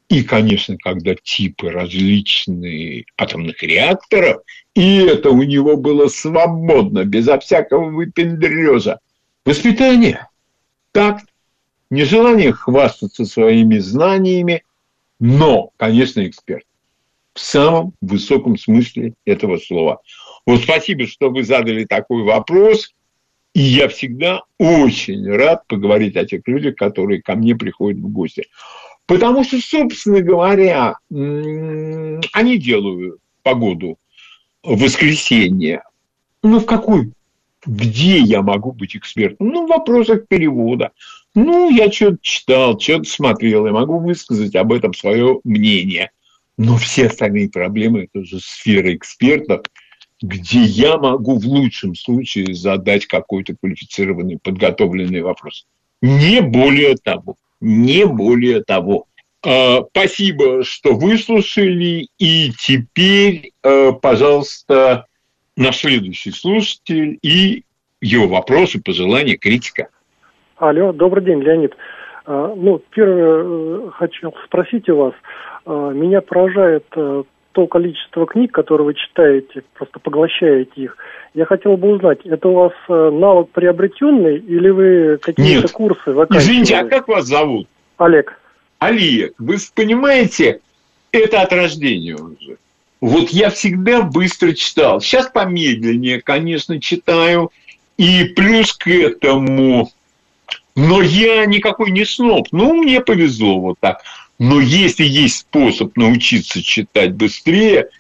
И, конечно, когда типы различные атомных реакторов, и это у него было свободно, безо всякого выпендрежа. Воспитание, такт, нежелание хвастаться своими знаниями, но, конечно, эксперт. В самом высоком смысле этого слова. Вот спасибо, что вы задали такой вопрос. И я всегда очень рад поговорить о тех людях, которые ко мне приходят в гости. Потому что, собственно говоря, они делают погоду в воскресенье. Ну, в какой? Где я могу быть экспертом? Ну, в вопросах перевода. Ну, я что-то читал, что-то смотрел, я могу высказать об этом свое мнение. Но все остальные проблемы – это уже сфера экспертов, где я могу в лучшем случае задать какой-то квалифицированный, подготовленный вопрос. Не более того. Не более того. Спасибо, что выслушали. И теперь, пожалуйста, наш следующий слушатель и его вопросы, пожелания, критика. Алло, добрый день, Леонид. Ну, первое, хочу спросить у вас. Меня поражает то количество книг, которые вы читаете, просто поглощаете их. Я хотел бы узнать, это у вас навык приобретенный или вы какие-то Нет. курсы заканчивали? Извините, а как вас зовут? Олег. Олег, вы понимаете, это от рождения уже. Вот я всегда быстро читал. Сейчас помедленнее, конечно, читаю. И плюс к этому... Но я никакой не сноб. Ну, мне повезло вот так. Но если есть способ научиться читать быстрее,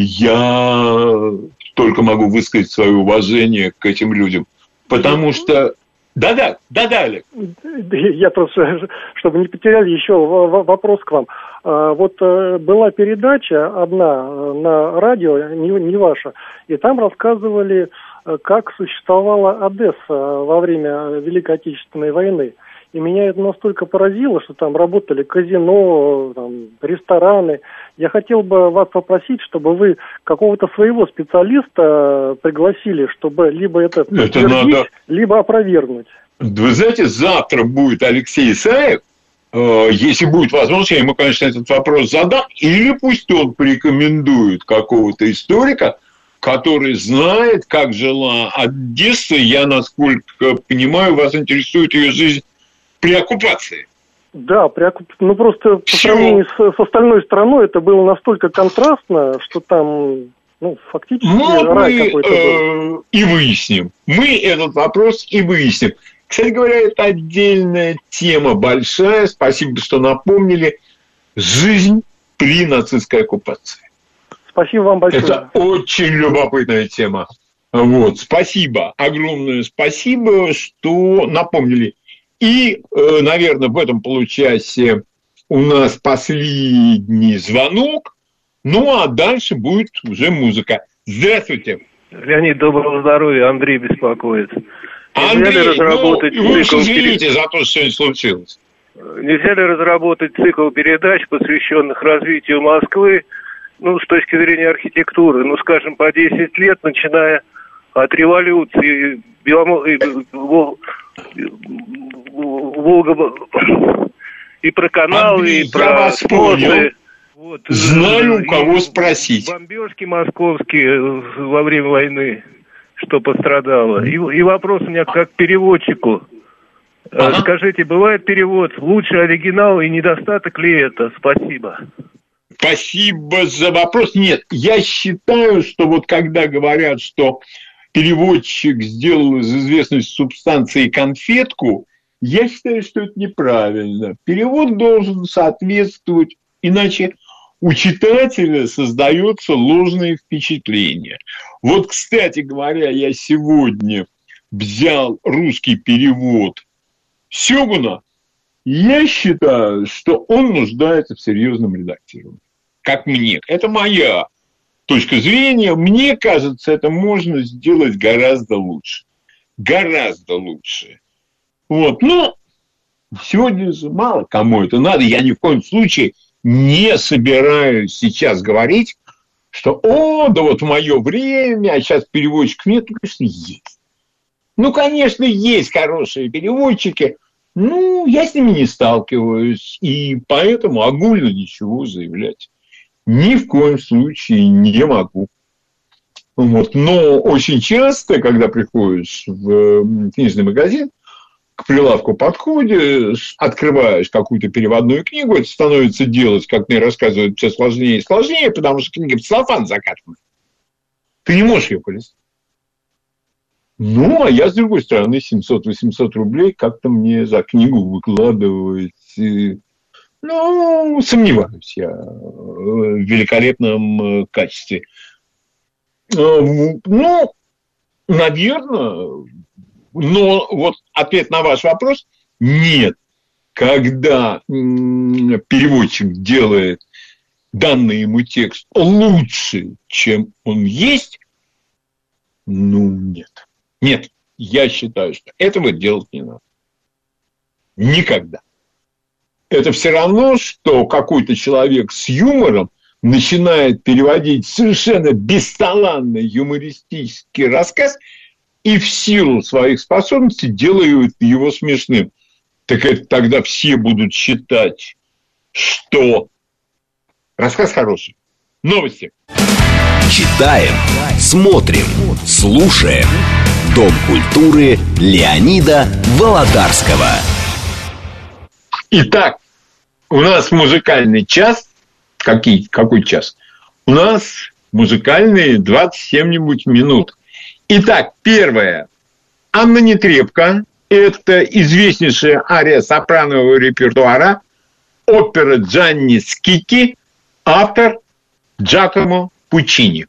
я только могу высказать свое уважение к этим людям. Потому что... Да-да, да-да, Олег. Я просто, чтобы не потеряли, еще вопрос к вам. Вот была передача одна на радио, не, не ваша, и там рассказывали, как существовала Одесса во время Великой Отечественной войны. И меня это настолько поразило, что там работали казино, там, рестораны. Я хотел бы вас попросить, чтобы вы какого-то своего специалиста пригласили, чтобы либо это подтвердить, надо... либо опровергнуть. Вы знаете, завтра будет Алексей Исаев. Если будет возможность, я ему, конечно, этот вопрос задам. Или пусть он порекомендует какого-то историка, который знает, как жила Одесса. Я, насколько понимаю, вас интересует ее жизнь при оккупации. Да, при оккуп... ну просто по сравнению с, с остальной страной это было настолько контрастно, что там, ну, фактически ну, рай мы, какой-то был. Э, и выясним. Мы этот вопрос и выясним. Кстати говоря, это отдельная тема большая. Спасибо, что напомнили. Жизнь при нацистской оккупации. Спасибо вам большое. Это очень любопытная тема. Вот, спасибо, огромное спасибо, что напомнили. И, наверное, в этом получасе у нас последний звонок, ну, а дальше будет уже музыка. Здравствуйте. Леонид, доброго здоровья, Андрей беспокоит. Андрей, Нельзя ли разработать ну, вы уж цикл извините перед... за то, что сегодня случилось. Нельзя ли разработать цикл передач, посвященных развитию Москвы, ну, с точки зрения архитектуры, ну, скажем, по десять лет, начиная от революции, Волга, и про каналы, Андрей, и про я вас понял. Вот. Знаю, у кого спросить. Бомбежки московские во время войны, что пострадало. И, и вопрос у меня как переводчику. Ага. Скажите, бывает перевод лучше оригинала и недостаток ли это? Спасибо. Спасибо за вопрос. Нет, я считаю, что вот когда говорят, что переводчик сделал из известной субстанции конфетку, я считаю, что это неправильно. Перевод должен соответствовать, иначе у читателя создается ложное впечатление. Вот, кстати говоря, я сегодня взял русский перевод Сёгуна. Я считаю, что он нуждается в серьезном редактировании. Как мне. Это моя точка зрения. Мне кажется, это можно сделать гораздо лучше. Гораздо лучше. Вот. Но сегодня же мало кому это надо. Я ни в коем случае не собираюсь сейчас говорить, что о, да вот в мое время, а сейчас переводчиков нет. Ну, конечно, есть. Ну, конечно, есть хорошие переводчики. Ну, я с ними не сталкиваюсь, и поэтому огульно ничего заявлять ни в коем случае не могу. Вот. Но очень часто, когда приходишь в книжный магазин, к прилавку подходишь, открываешь какую-то переводную книгу, это становится делать, как мне рассказывают, все сложнее и сложнее, потому что книга в целлофан закатана. Ты не можешь ее полистать. Ну, а я, с другой стороны, семьсот-восемьсот рублей как-то мне за книгу выкладывать. Ну, сомневаюсь я в великолепном качестве. Ну, наверное, но вот ответ на ваш вопрос – нет. Когда переводчик делает данный ему текст лучше, чем он есть, ну, нет. Нет, я считаю, что этого делать не надо. Никогда. Это все равно, что какой-то человек с юмором начинает переводить совершенно бесталанный юмористический рассказ и в силу своих способностей делают его смешным. Так это тогда все будут считать, что рассказ хороший. Новости. Читаем, смотрим, слушаем. Дом культуры Леонида Володарского. Итак, у нас музыкальный час. Какие, какой час? У нас музыкальные двадцать семь-нибудь минут. Итак, первое. Анна Нетребко. Это известнейшая ария сопранового репертуара. Опера Джанни Скикки. Автор Джакомо Пуччини.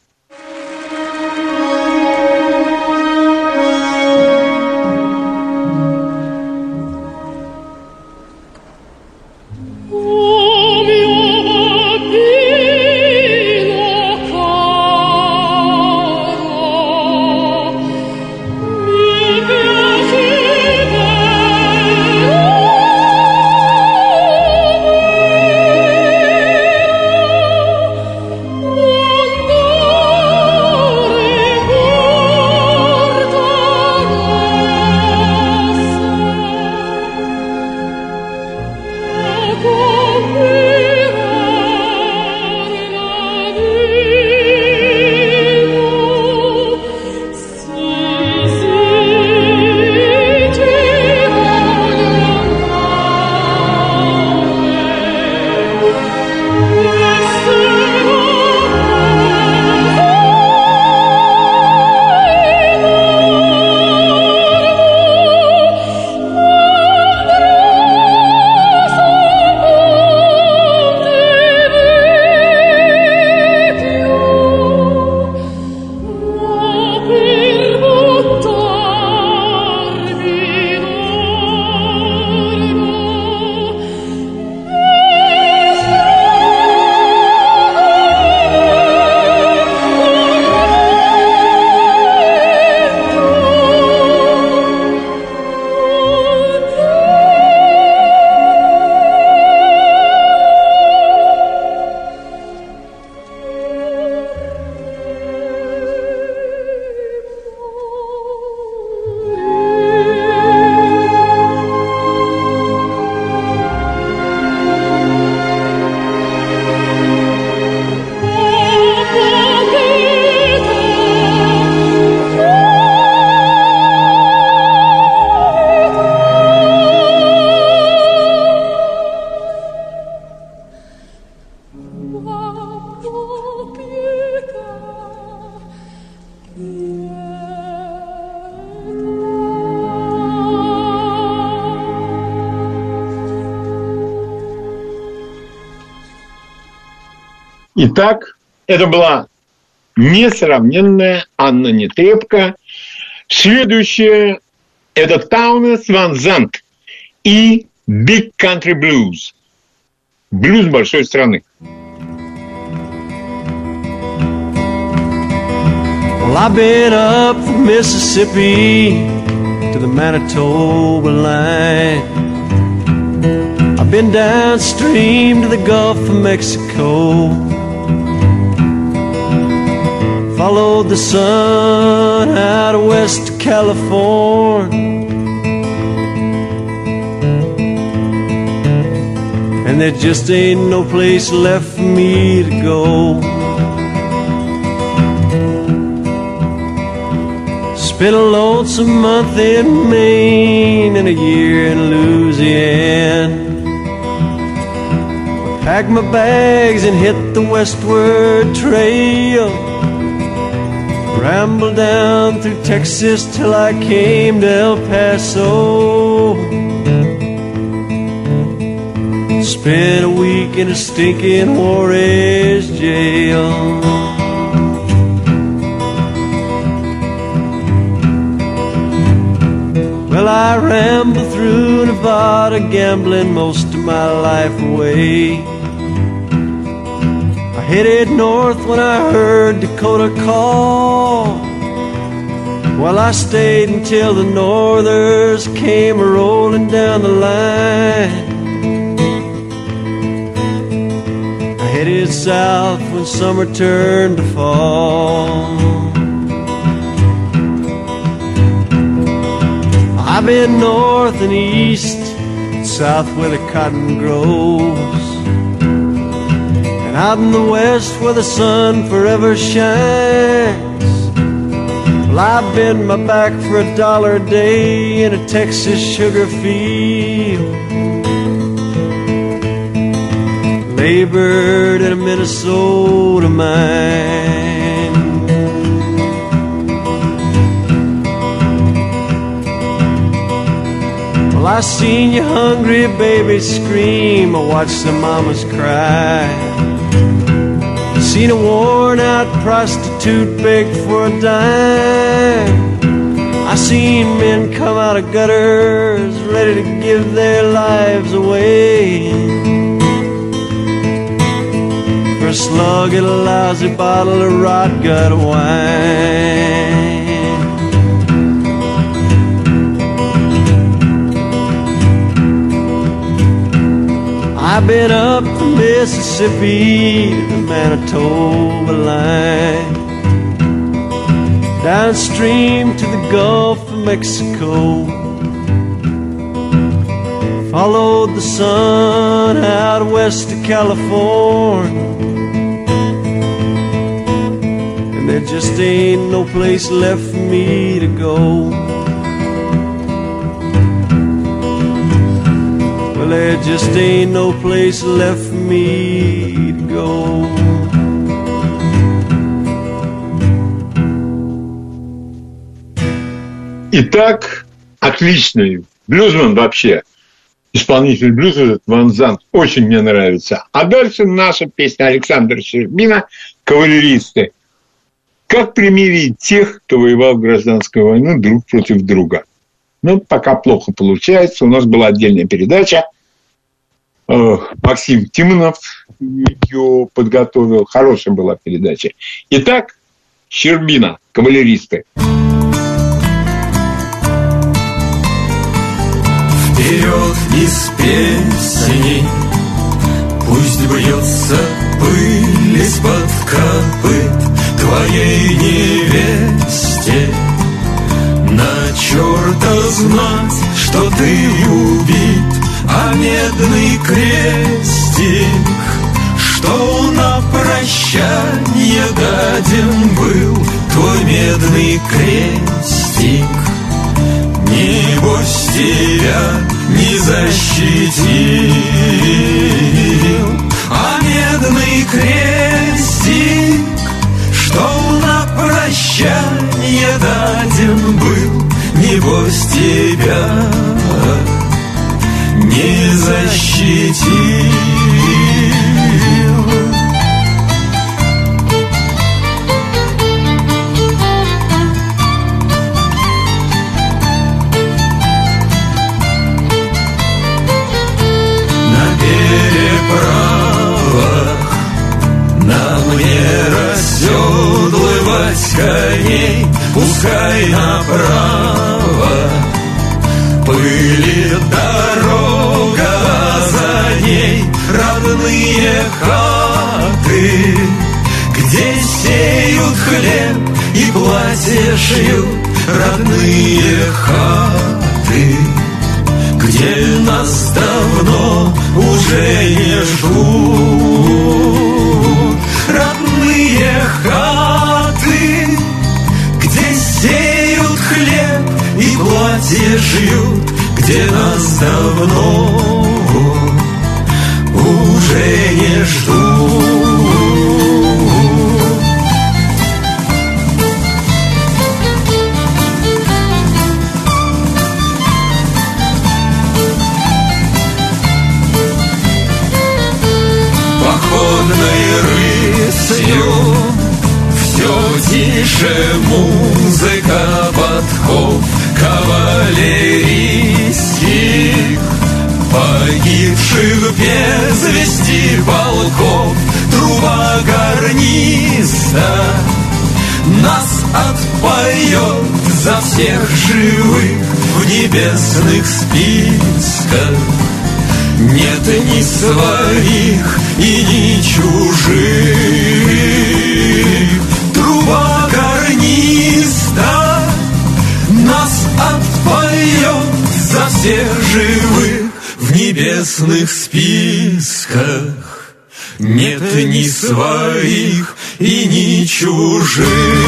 Итак, это была несравненная Анна Нетребко. Следующее – это Таунес Ван Зант и Big Country Blues. Блюз большой страны. Well, I've been up from Mississippi to the Manitoba line. I've been downstream to the Gulf of Mexico. Followed the sun out of West California. and there just ain't no place left for me to go. Spent a lonesome month in Maine and a year in Louisiana. Packed my bags and hit the westward trail. Rambled down through Texas till I came to El Paso. Spent a week in a stinking Juarez jail. Well, I rambled through Nevada, gambling most of my life away. I headed north when I heard Dakota call. Well, I stayed until the Northers came rolling down the line. I headed south when summer turned to fall. I've been north and east, south where the cotton grows, and out in the west where the sun forever shines. Well, I've been my back for a dollar a day in a Texas sugar field, labored in a Minnesota mine. Well, I seen your hungry babies scream, I watched the mamas cry. Seen a worn out prostitute beg for a dime. I seen men come out of gutters ready to give their lives away for a slug and a lousy bottle of rot gut wine. I've been up the Mississippi to the Manitoba line, downstream to the Gulf of Mexico. Followed the sun out west to California, and there just ain't no place left for me to go. Well, there just ain't no place left for me to go. Итак, отличный блюзман вообще. Исполнитель блюза этот Ван Зант очень мне нравится. А дальше наша песня Александра Щербина «Кавалеристы». Как примирить тех, кто воевал в гражданскую войну друг против друга? Ну, пока плохо получается. У нас была отдельная передача. Максим Тимонов ее подготовил. Хорошая была передача. Итак, Щербина, «Кавалеристы». Вперед из песни, пусть бьется пыль из-под копыт твоей невесте. На черта знать, что ты убит, а медный крестик, что на прощанье даден был твой медный крестик, небось тебя не защитил, а медный крестик, что на прощанье даден был, небось тебя не защитил. Расседлывать коней, пускай направо пылит дорога, а за ней родные хаты, где сеют хлеб и платье шьют. Родные хаты, где нас давно уже не ждут. Родные хаты, где сеют хлеб и платье шьют, где нас давно уже не ждут. Походной рысью все тише музыка подход кавалерийских, погибших без вести полков. Труба гарниста нас отпоет за всех живых в небесных списках. Нет ни своих и ни чужих. Труба гарниста нас отпоет за всех живых в небесных списках. Нет ни своих и ни чужих.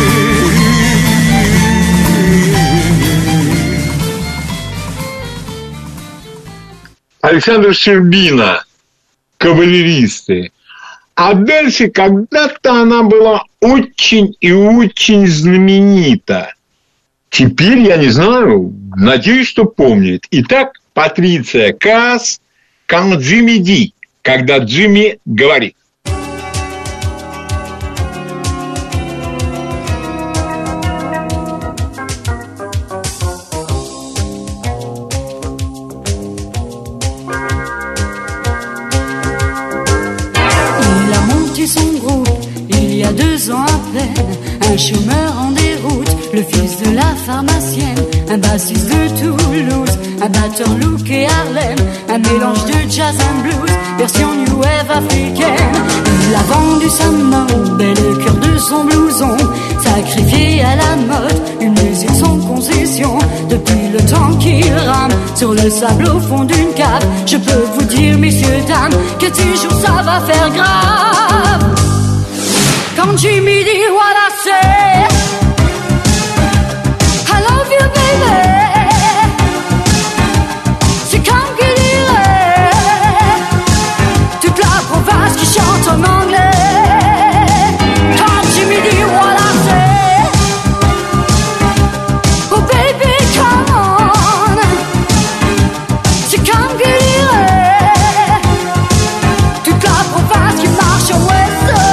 Александр Щербина, кавалеристы. А дальше когда-то она была очень и очень знаменита. Теперь я не знаю, надеюсь, что помнит. Итак, Патриция Каас, «Quand Jimmy dit», когда Джимми говорит. Un chômeur en déroute, le fils de la pharmacienne, un bassiste de Toulouse, un batteur look et Harlem, un mélange de jazz and blues, version new wave africaine. Il a vendu sa mode et le cœur de son blouson, sacrifié à la mode, une musique sans concession. Depuis le temps qu'il rame sur le sable au fond d'une cave, je peux vous dire, messieurs, dames, que toujours ça va faire grave. Quand Jimmy dit what I say, I love you baby, c'est comme qui dirait toute la province qui chante en anglais. Quand Jimmy dit what I say, oh baby come on, c'est comme qui dirait toute la province qui marche au ouest.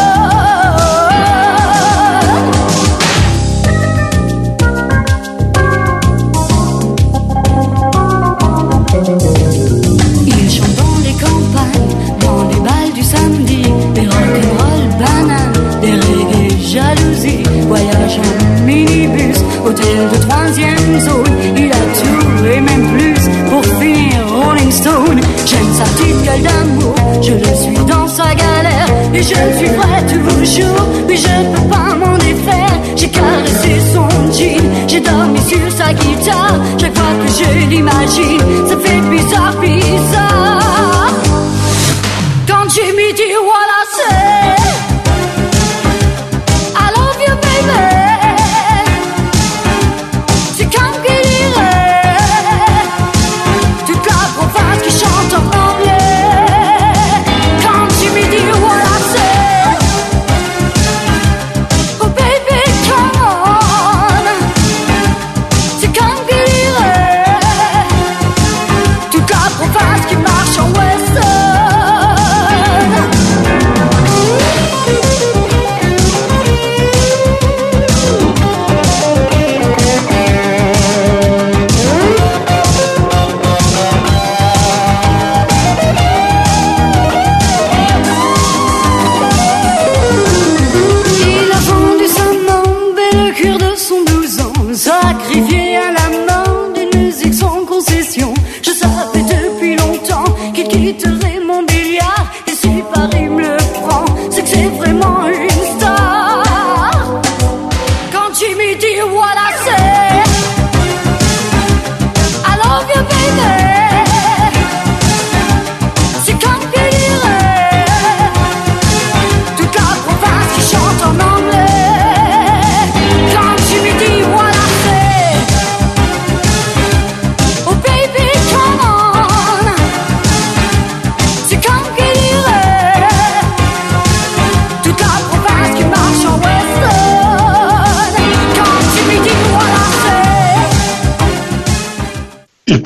Voyage en minibus, hôtel de troisième zone. Il a tout et même plus pour finir Rolling Stone. J'aime sa petite gueule d'amour, je le suis dans sa galère. Et je le suivrai toujours, mais je ne peux pas m'en défaire. J'ai caressé son jean, j'ai dormi sur sa guitare. Chaque fois que je l'imagine, ça fait bizarre, bizarre. Quand Jimmy dit what I say, c'est comme qui dirait toute la province qui chante en anglais. Quand Jimmy dit what I say, oh baby come on, c'est comme qui dirait toute la province qui marche en western.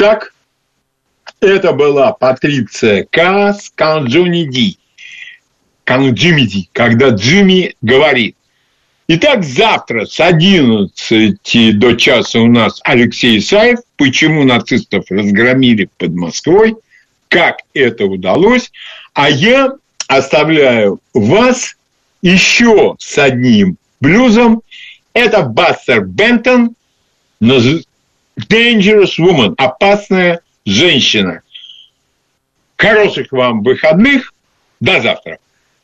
Итак, это была Патриция Каас Канджумиди. Канджумиди, когда Джимми говорит. Итак, завтра с одиннадцати до часа у нас Алексей Исаев. Почему нацистов разгромили под Москвой? Как это удалось? А я оставляю вас еще с одним блюзом. Это Бастер Бентон, Dangerous Woman, опасная женщина. Хороших вам выходных. До завтра.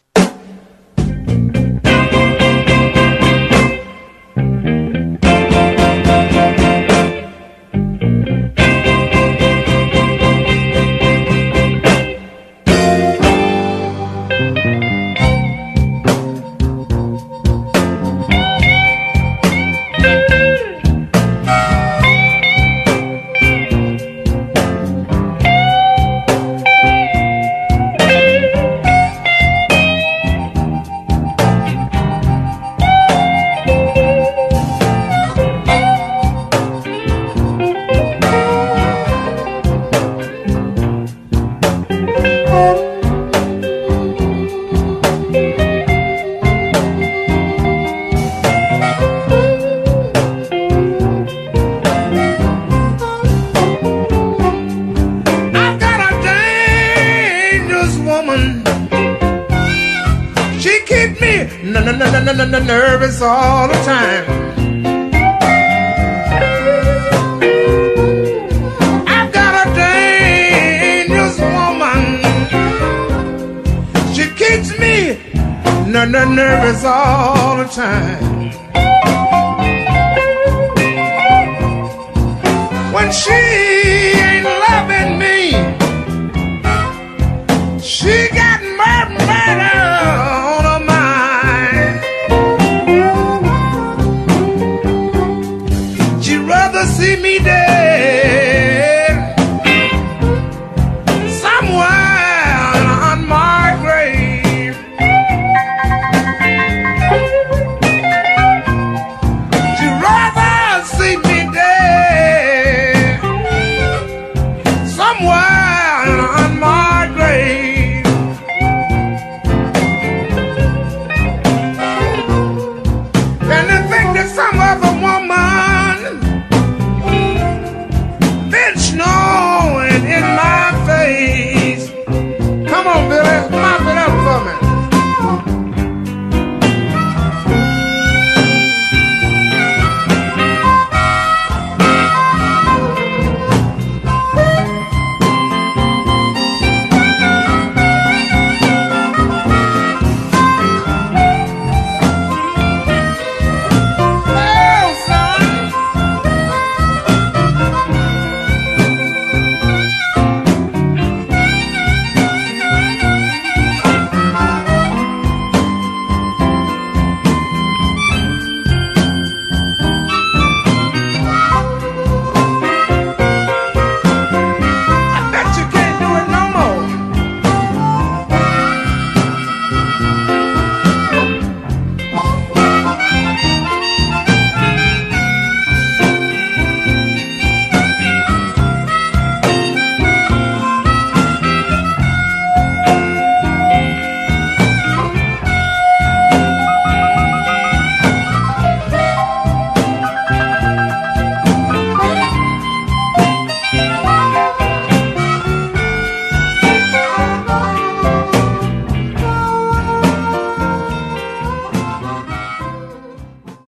Nervous all the time. I've got a dangerous woman. She keeps me n- n- nervous all the time. When she ain't loving me, she got